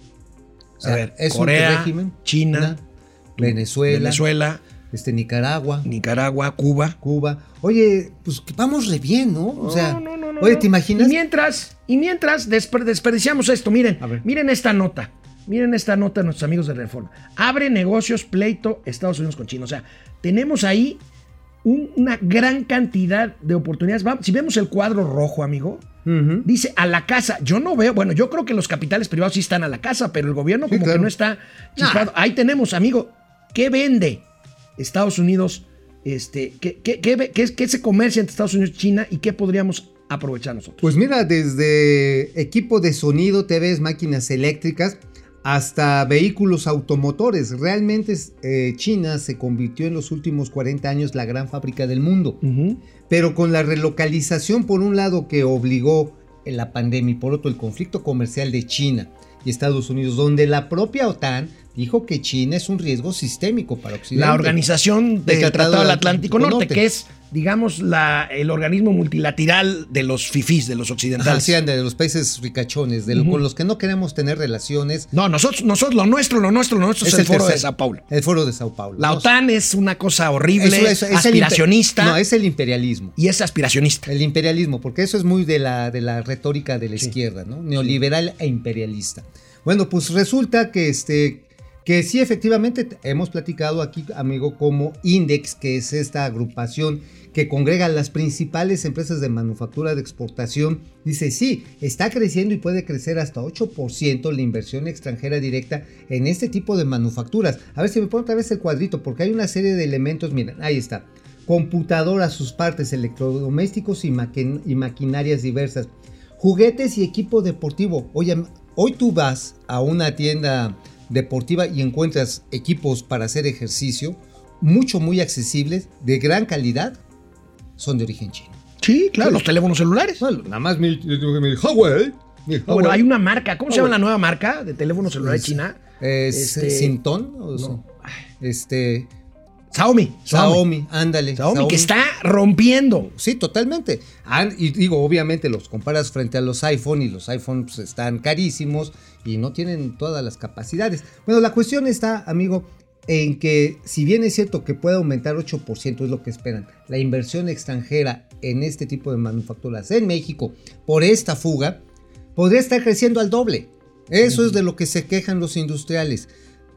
O sea, a ver, es Corea, un régimen, China, una, Venezuela, Venezuela, este, Nicaragua, Nicaragua, Cuba. Cuba. Oye, pues que vamos re bien, ¿no? O sea, no, no, no, no, oye, no. ¿te imaginas? Y mientras, y mientras desper- desperdiciamos esto, miren, A ver. miren esta nota. Miren esta nota de nuestros amigos de Reforma. Abre negocios pleito Estados Unidos con China. O sea, tenemos ahí un- una gran cantidad de oportunidades. Vamos, si vemos el cuadro rojo, amigo, Uh-huh. dice a la casa. Yo no veo, bueno, yo creo que los capitales privados sí están a la casa, pero el gobierno Sí, como claro. que no está chispado. Ahí tenemos, amigo, ¿qué vende Estados Unidos? Este, ¿qué, qué, qué, qué- qué se comercia entre Estados Unidos y China y qué podríamos aprovechar nosotros? Pues mira, desde equipo de sonido, T Vs, máquinas eléctricas, hasta vehículos automotores. Realmente eh, China se convirtió en los últimos cuarenta años la gran fábrica del mundo. Uh-huh. Pero con la relocalización, por un lado, que obligó en la pandemia y por otro el conflicto comercial de China y Estados Unidos, donde la propia OTAN dijo que China es un riesgo sistémico para Occidente. La Organización del Del Tratado del Atlántico, Norte, Norte, que es, digamos, la, el organismo multilateral de los fifís, de los occidentales. Así anda, de los países ricachones, de lo, Ujú. con los que no queremos tener relaciones. No, nosotros, nosotros, lo nuestro, lo nuestro, lo nuestro es, el, foro de Sao Paulo. El foro de Sao Paulo. La ¿no? OTAN es una cosa horrible, Eso es- es el aspiracionista, imper- no, es el imperialismo. y es aspiracionista. El imperialismo, porque eso es muy de la, de la retórica de la Sí. izquierda, ¿no? Neoliberal e imperialista. Bueno, pues resulta que este que sí, efectivamente, hemos platicado aquí, amigo, como Index, que es esta agrupación que congrega las principales empresas de manufactura de exportación, dice, sí, está creciendo y puede crecer hasta ocho por ciento la inversión extranjera directa en este tipo de manufacturas. A ver si me pongo otra vez el cuadrito, porque hay una serie de elementos, miren, ahí está. Computadoras, sus partes, electrodomésticos y, maqui- y maquinarias diversas, juguetes y equipo deportivo. Oye, hoy tú vas a una tienda deportiva y encuentras equipos para hacer ejercicio, mucho, muy accesibles, de gran calidad, son de origen chino. Sí, claro, los teléfonos celulares. Bueno, nada más mi, mi Huawei. mi No, bueno, Huawei. hay una marca, ¿cómo se Huawei. llama la nueva marca de teléfono celular de Es- China? Es Este- Sintón, o no. sea, este, Xiaomi. Xiaomi, ándale. Xiaomi, que está rompiendo. Sí, totalmente. Ah, y digo, obviamente los comparas frente a los iPhone y los iPhone pues, están carísimos y no tienen todas las capacidades. Bueno, la cuestión está, amigo, en que si bien es cierto que puede aumentar ocho por ciento, es lo que esperan, la inversión extranjera en este tipo de manufacturas en México por esta fuga, podría estar creciendo al doble. Eso es de lo que se quejan los industriales.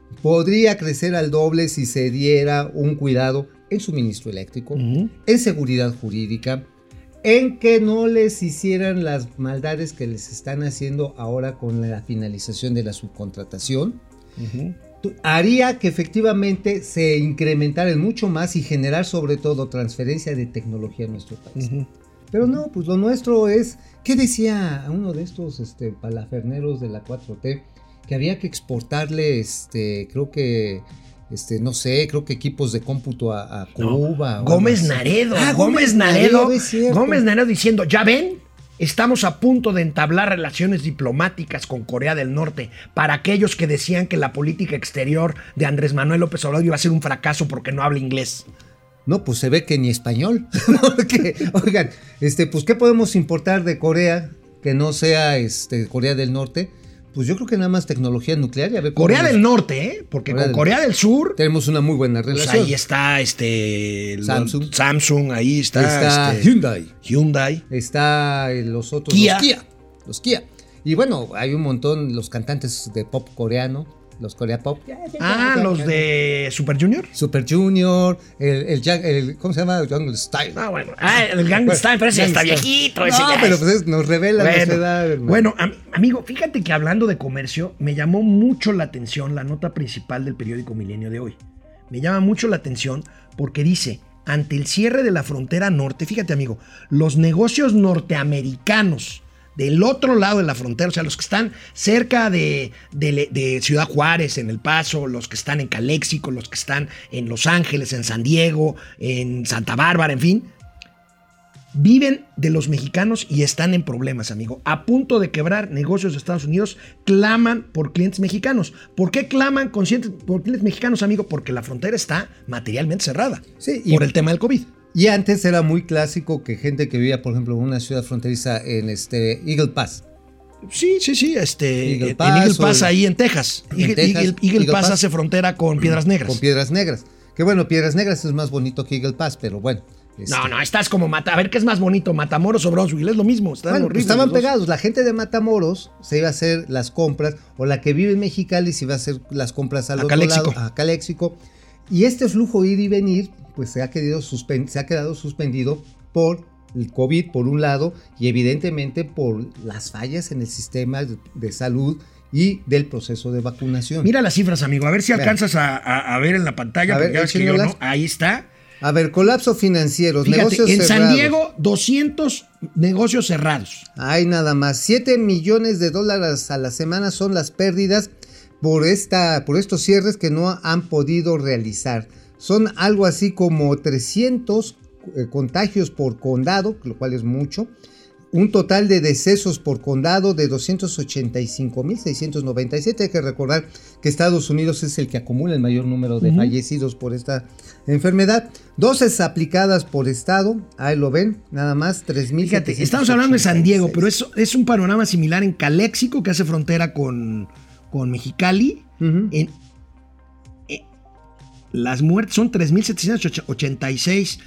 Podría crecer al doble si se diera un cuidado en suministro eléctrico, Ujú. en seguridad jurídica, en que no les hicieran las maldades que les están haciendo ahora con la finalización de la subcontratación. Ujú. Tu- Haría que efectivamente se incrementaran mucho más y generar sobre todo transferencia de tecnología en nuestro país. Ujú. Pero no, pues lo nuestro es, ¿qué decía uno de estos este, palaferneros de la cuatro T? Que había que exportarle, este, creo que, este, no sé, creo que equipos de cómputo a, a Cuba. o Gómez algo así. Naredo. Ah, Gómez Naredo. es cierto. Gómez Naredo diciendo, ¿ya ven? Estamos a punto de entablar relaciones diplomáticas con Corea del Norte. Para aquellos que decían que la política exterior de Andrés Manuel López Obrador iba a ser un fracaso porque no habla inglés. No, pues se ve que ni español. Porque, oigan, este, pues, ¿qué podemos importar de Corea que no sea este, Corea del Norte? Pues yo creo que nada más tecnología nuclear. Y a ver cómo Corea nos- del Norte, ¿eh? Porque Corea con del- Corea del Sur, Tenemos una muy buena pues relación. ahí está este... lo- Samsung. Samsung, ahí está. Está este, Hyundai. Hyundai. Está eh, los otros, Kia. los Kia. Los Kia. Y bueno, hay un montón, los cantantes de pop coreano, los Corea Pop. Ah, los de Super Junior. Super Junior, el, el, Jack- el- ¿cómo se llama? Jungle Style. Ah, bueno. Ah, el Gangnam Style, pero ese ya está Gangnam Style. viejito. Ese No, ya pero es- pues es- nos revela Bueno, nuestra edad, hermano. bueno, am- amigo, fíjate que hablando de comercio, me llamó mucho la atención la nota principal del periódico Milenio de hoy. Me llama mucho la atención porque dice, ante el cierre de la frontera norte, fíjate amigo, los negocios norteamericanos del otro lado de la frontera, o sea, los que están cerca de, de- de Ciudad Juárez, en El Paso, los que están en Caléxico, los que están en Los Ángeles, en San Diego, en Santa Bárbara, en fin, viven de los mexicanos y están en problemas, amigo. A punto de quebrar negocios de Estados Unidos, claman por clientes mexicanos. ¿Por qué claman con clientes, por clientes mexicanos, amigo? Porque la frontera está materialmente cerrada Sí, y- por el tema del COVID. Y antes era muy clásico que gente que vivía, por ejemplo, en una ciudad fronteriza en este Eagle Pass. Sí, sí, sí. Este, Eagle en Pass Eagle Pass, o- ahí en Texas. En Eagle, Texas, Eagle- Eagle Eagle Pass, Pass. hace frontera con Piedras Negras. Con Piedras Negras. Que bueno, Piedras Negras es más bonito que Eagle Pass, pero bueno. este, No, no, estás como Mata. A ver, ¿qué es más bonito? ¿Matamoros o Brownsville? Es lo mismo. Están Bueno, pues horribles estaban los dos. pegados. La gente de Matamoros se iba a hacer las compras, o la que vive en Mexicali se iba a hacer las compras al A otro Caléxico. lado, a Caléxico. Y este flujo ir y venir, pues se ha, querido suspen- se ha quedado suspendido por el COVID, por un lado, y evidentemente por las fallas en el sistema de, de salud y del proceso de vacunación. Mira las cifras, amigo. A ver si Vean. alcanzas a, a- a ver en la pantalla. A ver, porque ya ves que yo échenmelas. no. Ahí está. A ver, colapso financiero, Fíjate, negocios en San cerrados. Diego, doscientos negocios cerrados. Hay nada más. siete millones de dólares a la semana son las pérdidas por, esta, por estos cierres que no han podido realizar. Son algo así como trescientos eh, contagios por condado, lo cual es mucho. Un total de decesos por condado de doscientos ochenta y cinco mil seiscientos noventa y siete. Hay que recordar que Estados Unidos es el que acumula el mayor número de Ujú. fallecidos por esta enfermedad. Dosis aplicadas por estado, ahí lo ven, nada más tres mil. Fíjate, estamos hablando de San Diego, pero es, es un panorama similar en Caléxico, que hace frontera con, con Mexicali. Ujú. En, eh, las muertes son tres mil setecientos ochenta y seis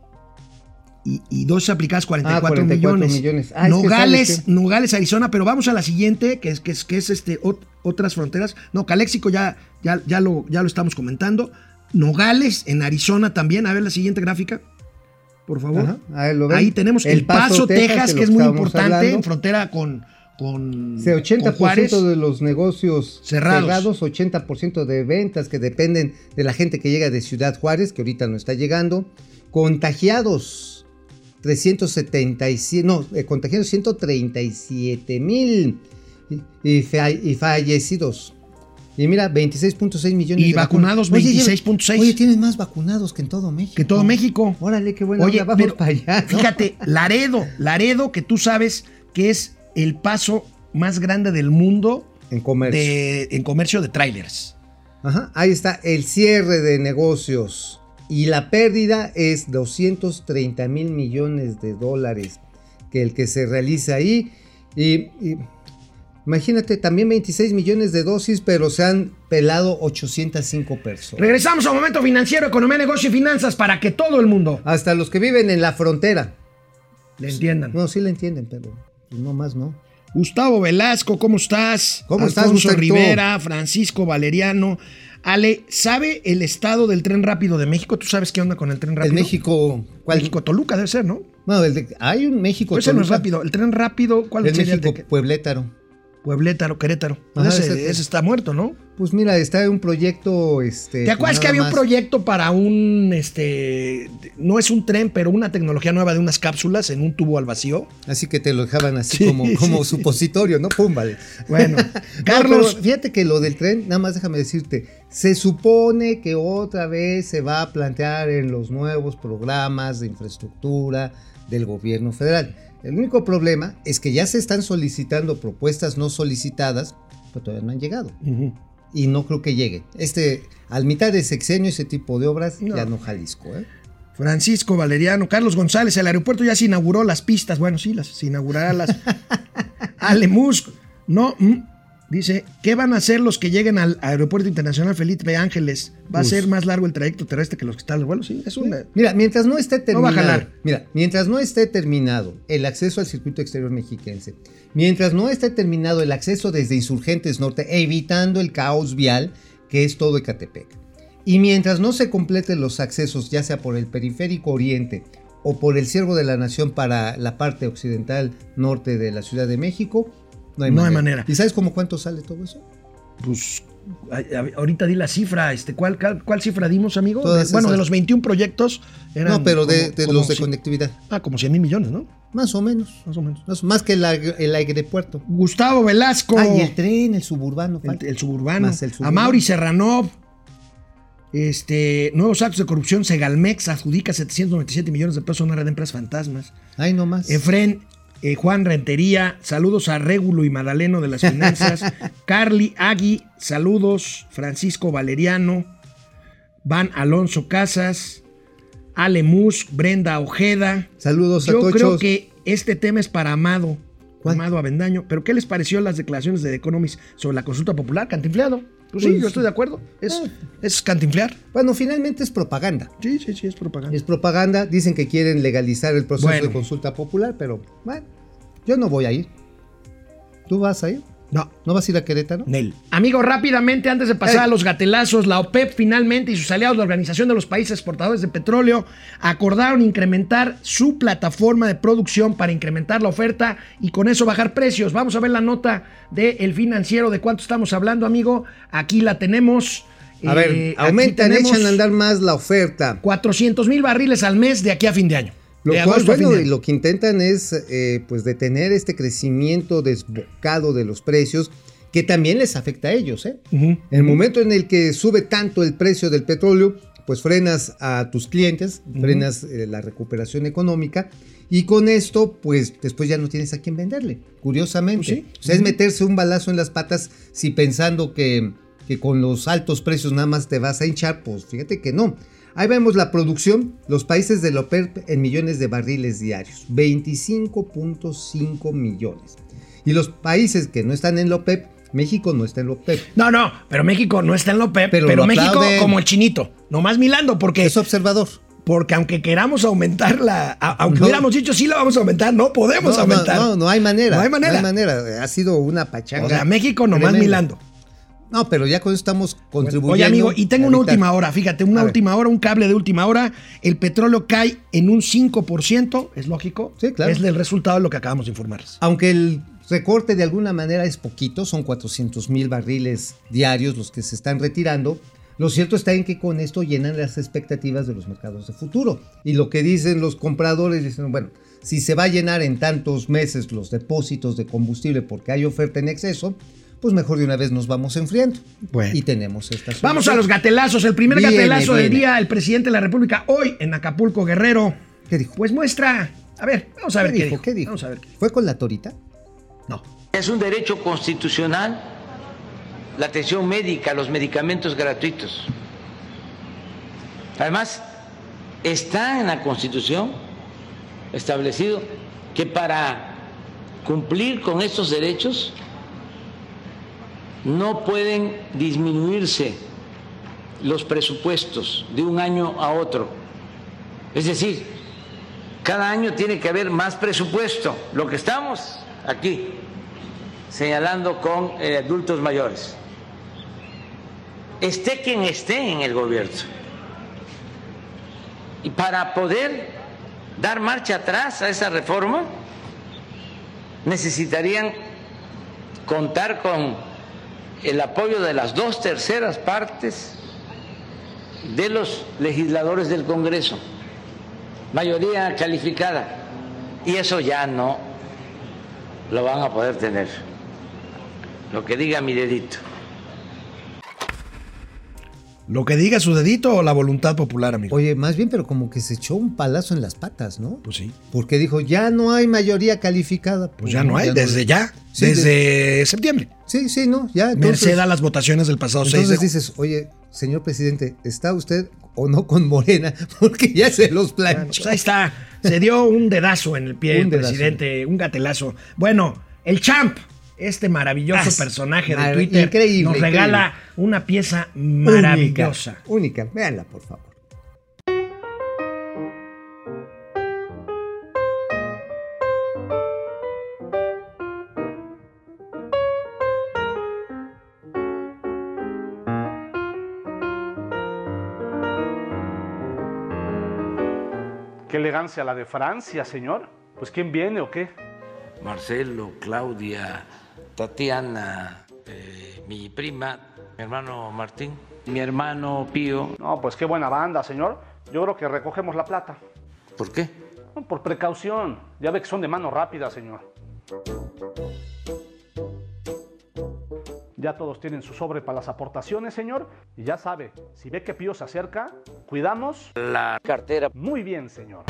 y, y dosis aplicadas cuarenta y cuatro Ah, cuarenta y cuatro millones. millones. Ah, es que Nogales, sabes que- Nogales, Arizona, pero vamos a la siguiente, que es, que es, que es este, ot- otras fronteras. No, Caléxico ya, ya, ya, lo, ya lo estamos comentando. Nogales, en Arizona también. A ver la siguiente gráfica, por favor. Ajá, ahí lo ven. Ahí tenemos El Paso, Texas, de que lo es muy estábamos importante, hablando. en frontera con, con, Sí, ochenta con por Juárez. ciento de los negocios Cerrados. cerrados. ochenta por ciento de ventas que dependen de la gente que llega de Ciudad Juárez, que ahorita no está llegando. Contagiados, trescientos setenta y siete, no, eh, contagiados ciento treinta y siete mil y, y, fa- y fallecidos. Y mira, veintiséis punto seis millones Y de vacunados, vacunas. Oye, veintiséis punto seis. Oye, tienes más vacunados que en todo México. Que todo México. Órale, qué bueno. Oye, Ahora vamos pero para allá, ¿no? fíjate, Laredo, Laredo, que tú sabes que es el paso más grande del mundo En comercio. de, en comercio de trailers. Ajá, ahí está el cierre de negocios y la pérdida es doscientos treinta mil millones de dólares que el que se realiza ahí y, y imagínate también veintiséis millones de dosis, pero se han pelado ochocientas cinco personas. Regresamos a Momento Financiero, Economía, Negocio y Finanzas para que todo el mundo Hasta los que viven en la frontera. le entiendan. No, sí le entienden, pero pues, no más no. Gustavo Velasco, ¿cómo estás? ¿Cómo estás, Alfonso Gustavito? Rivera, Francisco Valeriano. Ale, ¿sabe el estado del tren rápido de México? ¿Tú sabes qué onda con el tren rápido? El México, ¿cuál? México Toluca debe ser, ¿no? Bueno, el de- hay un México. Ese no es Toluca. rápido. El tren rápido, ¿cuál El sería México el de que- Pueblétaro. Pueblétaro, Querétaro. Ajá, ese, ese- ese está muerto, ¿no? Pues mira, está un proyecto. Este, ¿Te acuerdas que nada había un más- proyecto para un, este, no es un tren, pero una tecnología nueva de unas cápsulas en un tubo al vacío? Así que te lo dejaban así Sí, como, como sí. supositorio, ¿no? Pum, vale. Bueno, No, Carlos, pero fíjate que lo del tren, nada más déjame decirte, se supone que otra vez se va a plantear en los nuevos programas de infraestructura del gobierno federal. El único problema es que ya se están solicitando propuestas no solicitadas, pero todavía no han llegado. Ujú. Y no creo que llegue. Este, al mitad de sexenio, ese tipo de obras No. ya no Jalisco, ¿eh? Francisco Valeriano, Carlos González, el aeropuerto ya se inauguró las pistas. Bueno, sí, las, se inaugurará las. Ale Musk, no, mm, dice, ¿qué van a hacer los que lleguen al Aeropuerto Internacional Felipe Ángeles? ¿Va a Pues- ser más largo el trayecto terrestre que los que están en los vuelos? Sí, es una. Mira, mientras no esté No va a terminado, jalar. mira, mientras no esté terminado el acceso al circuito exterior mexiquense, mientras no esté terminado el acceso desde Insurgentes Norte, evitando el caos vial que es todo Ecatepec, y mientras no se completen los accesos, ya sea por el periférico oriente o por el Ciervo de la Nación para la parte occidental norte de la Ciudad de México, no hay, No manera. hay manera. ¿Y sabes cómo cuánto sale todo eso? Pues a- a- ahorita di la cifra, este, ¿cuál, cuál, cuál cifra dimos, amigo? Todas De- bueno, esas. de los veintiún proyectos eran No, pero de, como- de como los de ci- conectividad, Ah, como cien mil millones, ¿no? más o menos, Más o menos. más, más que el, ag- el aeropuerto. Gustavo Velasco. Ah, y el tren, el suburbano. El, falta. el suburbano. Más el suburbano. A Mauri Serranov. Este, nuevos actos de corrupción, Segalmex adjudica setecientos noventa y siete millones de pesos a una red de empresas fantasmas. Ay, no más. Efren, eh, Juan Rentería, saludos a Régulo y Madaleno de las finanzas. Carly Agui, saludos. Francisco Valeriano, Van Alonso Casas, Ale Musk, Brenda Ojeda. Saludos a Yo todos. creo que este tema es para Amado, ¿Cuál? Amado Avendaño. ¿Pero qué les pareció las declaraciones de The Economist sobre la consulta popular? Cantinfleado. Pues sí, Pues, yo estoy de acuerdo. Es, es cantinflear. Bueno, finalmente es propaganda. Sí, sí, sí, es propaganda. Es propaganda. Dicen que quieren legalizar el proceso Bueno. de consulta popular, pero bueno, yo no voy a ir. ¿Tú vas a ir? No. ¿No vas a ir a Querétaro? Nel. Amigo, rápidamente, antes de pasar Ey. a los gatelazos, la OPEP finalmente y sus aliados, la Organización de los Países Exportadores de Petróleo, acordaron incrementar su plataforma de producción para incrementar la oferta y con eso bajar precios. Vamos a ver la nota del Financiero de cuánto estamos hablando, amigo. Aquí la tenemos. A Eh, ver, aquí aumentan, tenemos echan a andar más la oferta. cuatrocientos mil barriles al mes de aquí a fin de año. Lo De cual, agosto a fin bueno, de año. lo que intentan es eh, pues detener este crecimiento desbocado de los precios, que también les afecta a ellos. ¿eh? Ujú. En el momento en el que sube tanto el precio del petróleo, pues frenas a tus clientes, frenas eh, la recuperación económica, y con esto, pues después ya no tienes a quién venderle, curiosamente. Pues sí. O sea, es meterse un balazo en las patas si pensando que, que con los altos precios nada más te vas a hinchar, pues fíjate que no. Ahí vemos la producción, los países de la OPEP en millones de barriles diarios, veinticinco punto cinco millones. Y los países que no están en la OPEP, México no está en la OPEP. No, no, pero México no está en la OPEP, pero, Pero lo México aplauden. como el chinito, nomás milando, porque... Es observador. Porque aunque queramos aumentar la... a- aunque No. hubiéramos dicho sí la vamos a aumentar, no podemos No, aumentar. no, no, no hay manera. No hay manera. No hay manera. Ha sido una pachanga. O sea, México nomás tremenda. milando. No, pero ya con eso estamos contribuyendo. Oye, amigo, y tengo a una evitar. última hora, fíjate, una A ver. última hora, un cable de última hora. El petróleo cae en un cinco por ciento, ¿es lógico? Sí, claro. Es el resultado de lo que acabamos de informarles. Aunque el recorte de alguna manera es poquito, son cuatrocientos mil barriles diarios los que se están retirando. Lo cierto está en que con esto llenan las expectativas de los mercados de futuro. Y lo que dicen los compradores, dicen, bueno, si se va a llenar en tantos meses los depósitos de combustible porque hay oferta en exceso, pues mejor de una vez nos vamos enfriando. Bueno. Y tenemos esta solución. Vamos a los gatelazos. El primer Viene, gatelazo del viene. día, el presidente de la República, hoy en Acapulco, Guerrero. ¿Qué dijo? Pues muestra... A ver, vamos a ver ¿Qué qué, dijo? dijo. ¿Qué dijo? Vamos a ver qué dijo. ¿Fue con la torita? No. Es un derecho constitucional la atención médica, los medicamentos gratuitos. Además, está en la Constitución establecido que para cumplir con estos derechos no pueden disminuirse los presupuestos de un año a otro. Es decir, cada año tiene que haber más presupuesto. Lo que estamos aquí señalando con eh, adultos mayores. Esté quien esté en el gobierno. Y para poder dar marcha atrás a esa reforma, necesitarían contar con el apoyo de las dos terceras partes de los legisladores del Congreso, mayoría calificada, y eso ya no lo van a poder tener. Lo que diga mi dedito. Lo que diga su dedito o la voluntad popular, amigo. Oye, más bien, pero como que se echó un palazo en las patas, ¿no? Pues sí. Porque dijo, ya no hay mayoría calificada. Pues ya no hay, desde ya, Sí, desde septiembre. Sí, sí, no, ya. Entonces, Merced a las votaciones del pasado seis entonces de dices, oye, señor presidente, ¿está usted o no con Morena? Porque ya se los Bueno, planchó. pues ahí está. Se dio un dedazo en el pie Un el dedazo. presidente, un gatelazo. Bueno, el Champ, este maravilloso Ah, personaje de mar- Twitter, increíble, nos increíble. regala una pieza maravillosa. Única, única. Véanla, por favor. Qué elegancia la de Francia, señor. Pues ¿quién viene o qué? Marcelo, Claudia, Tatiana, eh, mi prima, mi hermano Martín, mi hermano Pío. No, pues qué buena banda, señor. Yo creo que recogemos la plata. ¿Por qué? No, por precaución. Ya ve que son de mano rápida, señor. Ya todos tienen su sobre para las aportaciones, señor. Y ya sabe, si ve que Pío se acerca, cuidamos La cartera. muy bien, señor.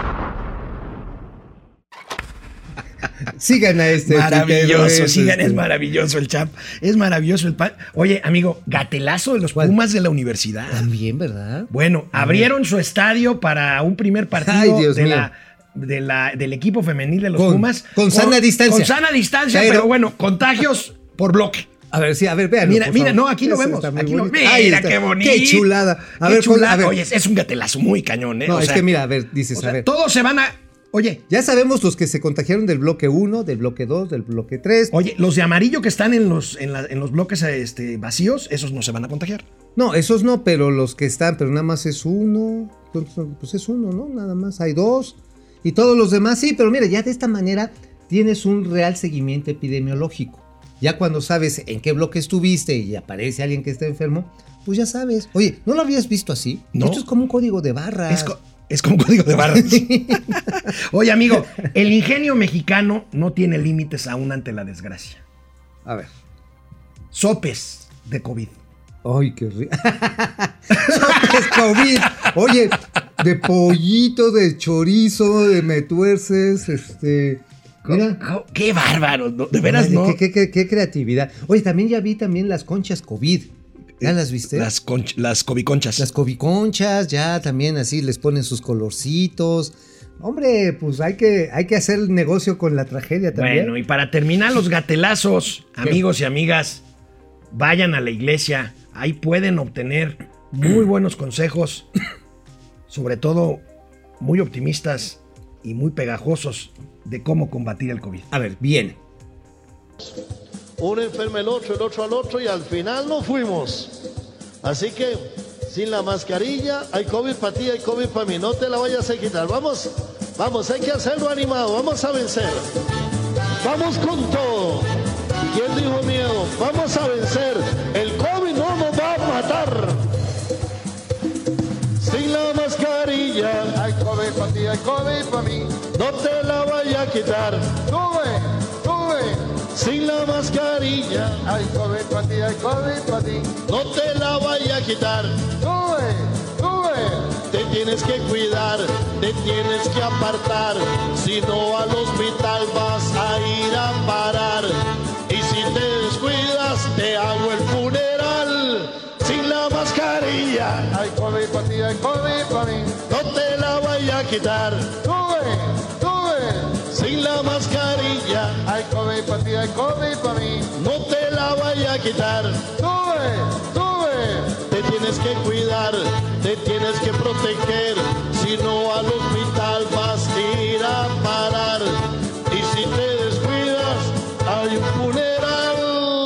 Sigan a este. Maravilloso, tuitero, sigan, este. es maravilloso el champ. Es maravilloso el pan. Oye, amigo, gatelazo de los ¿Cuál? Pumas de la universidad. También, ¿verdad? Bueno, abrieron su estadio para un primer partido Ay, Dios de mío. la, de la, del equipo femenil de los Con- Pumas. con sana distancia. Con sana distancia, Pero- pero, bueno, contagios por bloque. A ver, sí, a ver, vean. Mira, mira, no, aquí lo vemos. Aquí lo, mira, qué bonito. Qué chulada. A Qué ver, pon- chulada. a ver. Oye, es, es un gatelazo muy cañón, ¿eh? No, O es sea, que mira, a ver, dices, o sea, a ver. todos se van a. Oye, Ya sabemos los que se contagiaron del bloque uno, del bloque dos, del bloque tres. oye, los de amarillo que están en los, en la- en los bloques este, vacíos, esos no se van a contagiar. No, esos no, pero los que están, pero nada más es uno. Pues es uno, ¿no? Nada más hay dos. Y todos los demás sí, pero mira, ya de esta manera tienes un real seguimiento epidemiológico. Ya cuando sabes en qué bloque estuviste y aparece alguien que está enfermo, pues ya sabes. Oye, ¿no lo habías visto así? No. Esto es como un código de barras. Es, co- es como un código de barras. Oye, amigo, el ingenio mexicano no tiene límites aún ante la desgracia. A ver. Sopes de COVID. Ay, qué rico. Es COVID. Oye, de pollito, de chorizo, de metuerces, este. Mira. Co- ¡Qué bárbaro! ¿no? De veras, Oye, ¿no? Qué, qué- qué- qué creatividad. Oye, también ya vi también las conchas COVID. ¿Ya las viste? Las, conch- las cobiconchas. Las cobiconchas, ya también así les ponen sus colorcitos. Hombre, pues hay que, hay que hacer el negocio con la tragedia también. Bueno, y para terminar los gatelazos, amigos y amigas, vayan a la iglesia. Ahí pueden obtener muy buenos consejos, sobre todo muy optimistas y muy pegajosos de cómo combatir el COVID. A ver, viene. Uno enferma el otro, el otro al otro y al final nos fuimos. Así que sin la mascarilla hay COVID para ti, hay COVID para mí. No te la vayas a quitar. Vamos, vamos, hay que hacerlo animado. Vamos a vencer. Vamos con todo. ¿Quién dijo miedo? Vamos a vencer. El COVID no nos va a matar. Sin la mascarilla Hay COVID para ti, hay COVID para mí. no te la vaya a quitar. Sube, sube. Sin la mascarilla Hay COVID para ti, hay COVID para ti. no te la vaya a quitar. Sube, sube. Te tienes que cuidar, te tienes que apartar. Si no, al hospital vas a ir a parar. Y si te descuidas, te hago el funeral. Sin la mascarilla Hay COVID para ti, hay COVID para mí. no te la vaya a quitar. Sube, sube. Sin la mascarilla Hay COVID para ti, hay COVID para mí. no te la vaya a quitar. Sube, sube. Te tienes que cuidar, te tienes que proteger. Si no, al hospital vas a ir a parar. Y si te descuidas, hay un funeral.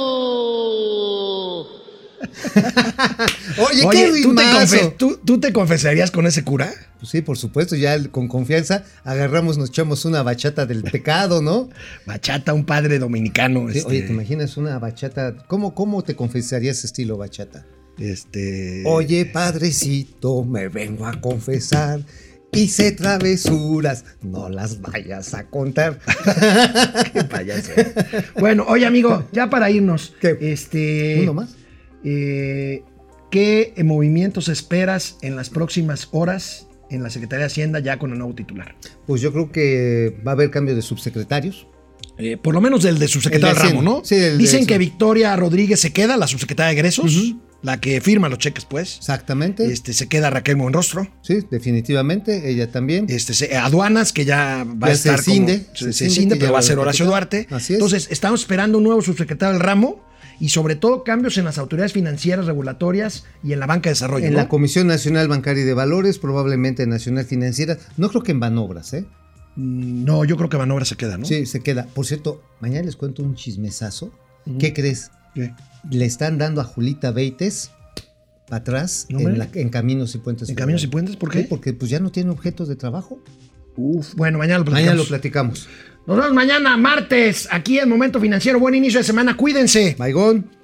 Oye, qué Oye, ¿tú te, ritmazo. confe- ¿tú, tú te confesarías con ese cura? Pues sí, por supuesto, ya con confianza agarramos, nos echamos una bachata del pecado, ¿no? Bachata, un padre dominicano. Sí, este, Oye, ¿te imaginas una bachata? ¿Cómo, cómo te confesarías estilo bachata? Este. Oye, padrecito, me vengo a confesar. Hice travesuras, no las vayas a contar. Qué payaso. Bueno, oye, amigo, ya para irnos. ¿Qué? Este. ¿Uno más? eh, ¿Qué movimientos esperas en las próximas horas en la Secretaría de Hacienda ya con el nuevo titular? Pues yo creo que va a haber cambio de subsecretarios. Eh, por lo menos del de subsecretario El de Ramos, Hacienda. ¿no? Sí, el de Dicen eso. que Victoria Rodríguez se queda, la subsecretaria de egresos, Ujú. la que firma los cheques, pues. Exactamente. Este, se queda Raquel Monrostro. Sí, definitivamente, ella también. Este, se- aduanas, que ya va Ya a se estar cinde, como, se se, se cinde, cinde, que pero ya va a lo ser Horacio platicamos. Duarte. Así es. Entonces, estamos esperando un nuevo subsecretario del ramo y sobre todo cambios en las autoridades financieras regulatorias y en la banca de desarrollo. En ¿no? la Comisión Nacional Bancaria y de Valores, probablemente Nacional Financiera. No creo que en Banobras, ¿eh? Mm, No, yo creo que Manobra se queda, ¿no? Sí, se queda. Por cierto, mañana les cuento un chismesazo. Ujú. ¿Qué crees? ¿Qué? Le están dando a Julita Beites para atrás No, en, hombre. la- en Caminos y Puentes. ¿En Caminos y Federales. Puentes? ¿Por qué? Sí, porque pues ya no tiene objetos de trabajo. Uf, bueno, mañana lo platicamos. Mañana lo platicamos. Nos vemos mañana, martes, aquí en Momento Financiero. Buen inicio de semana, cuídense. Maigón.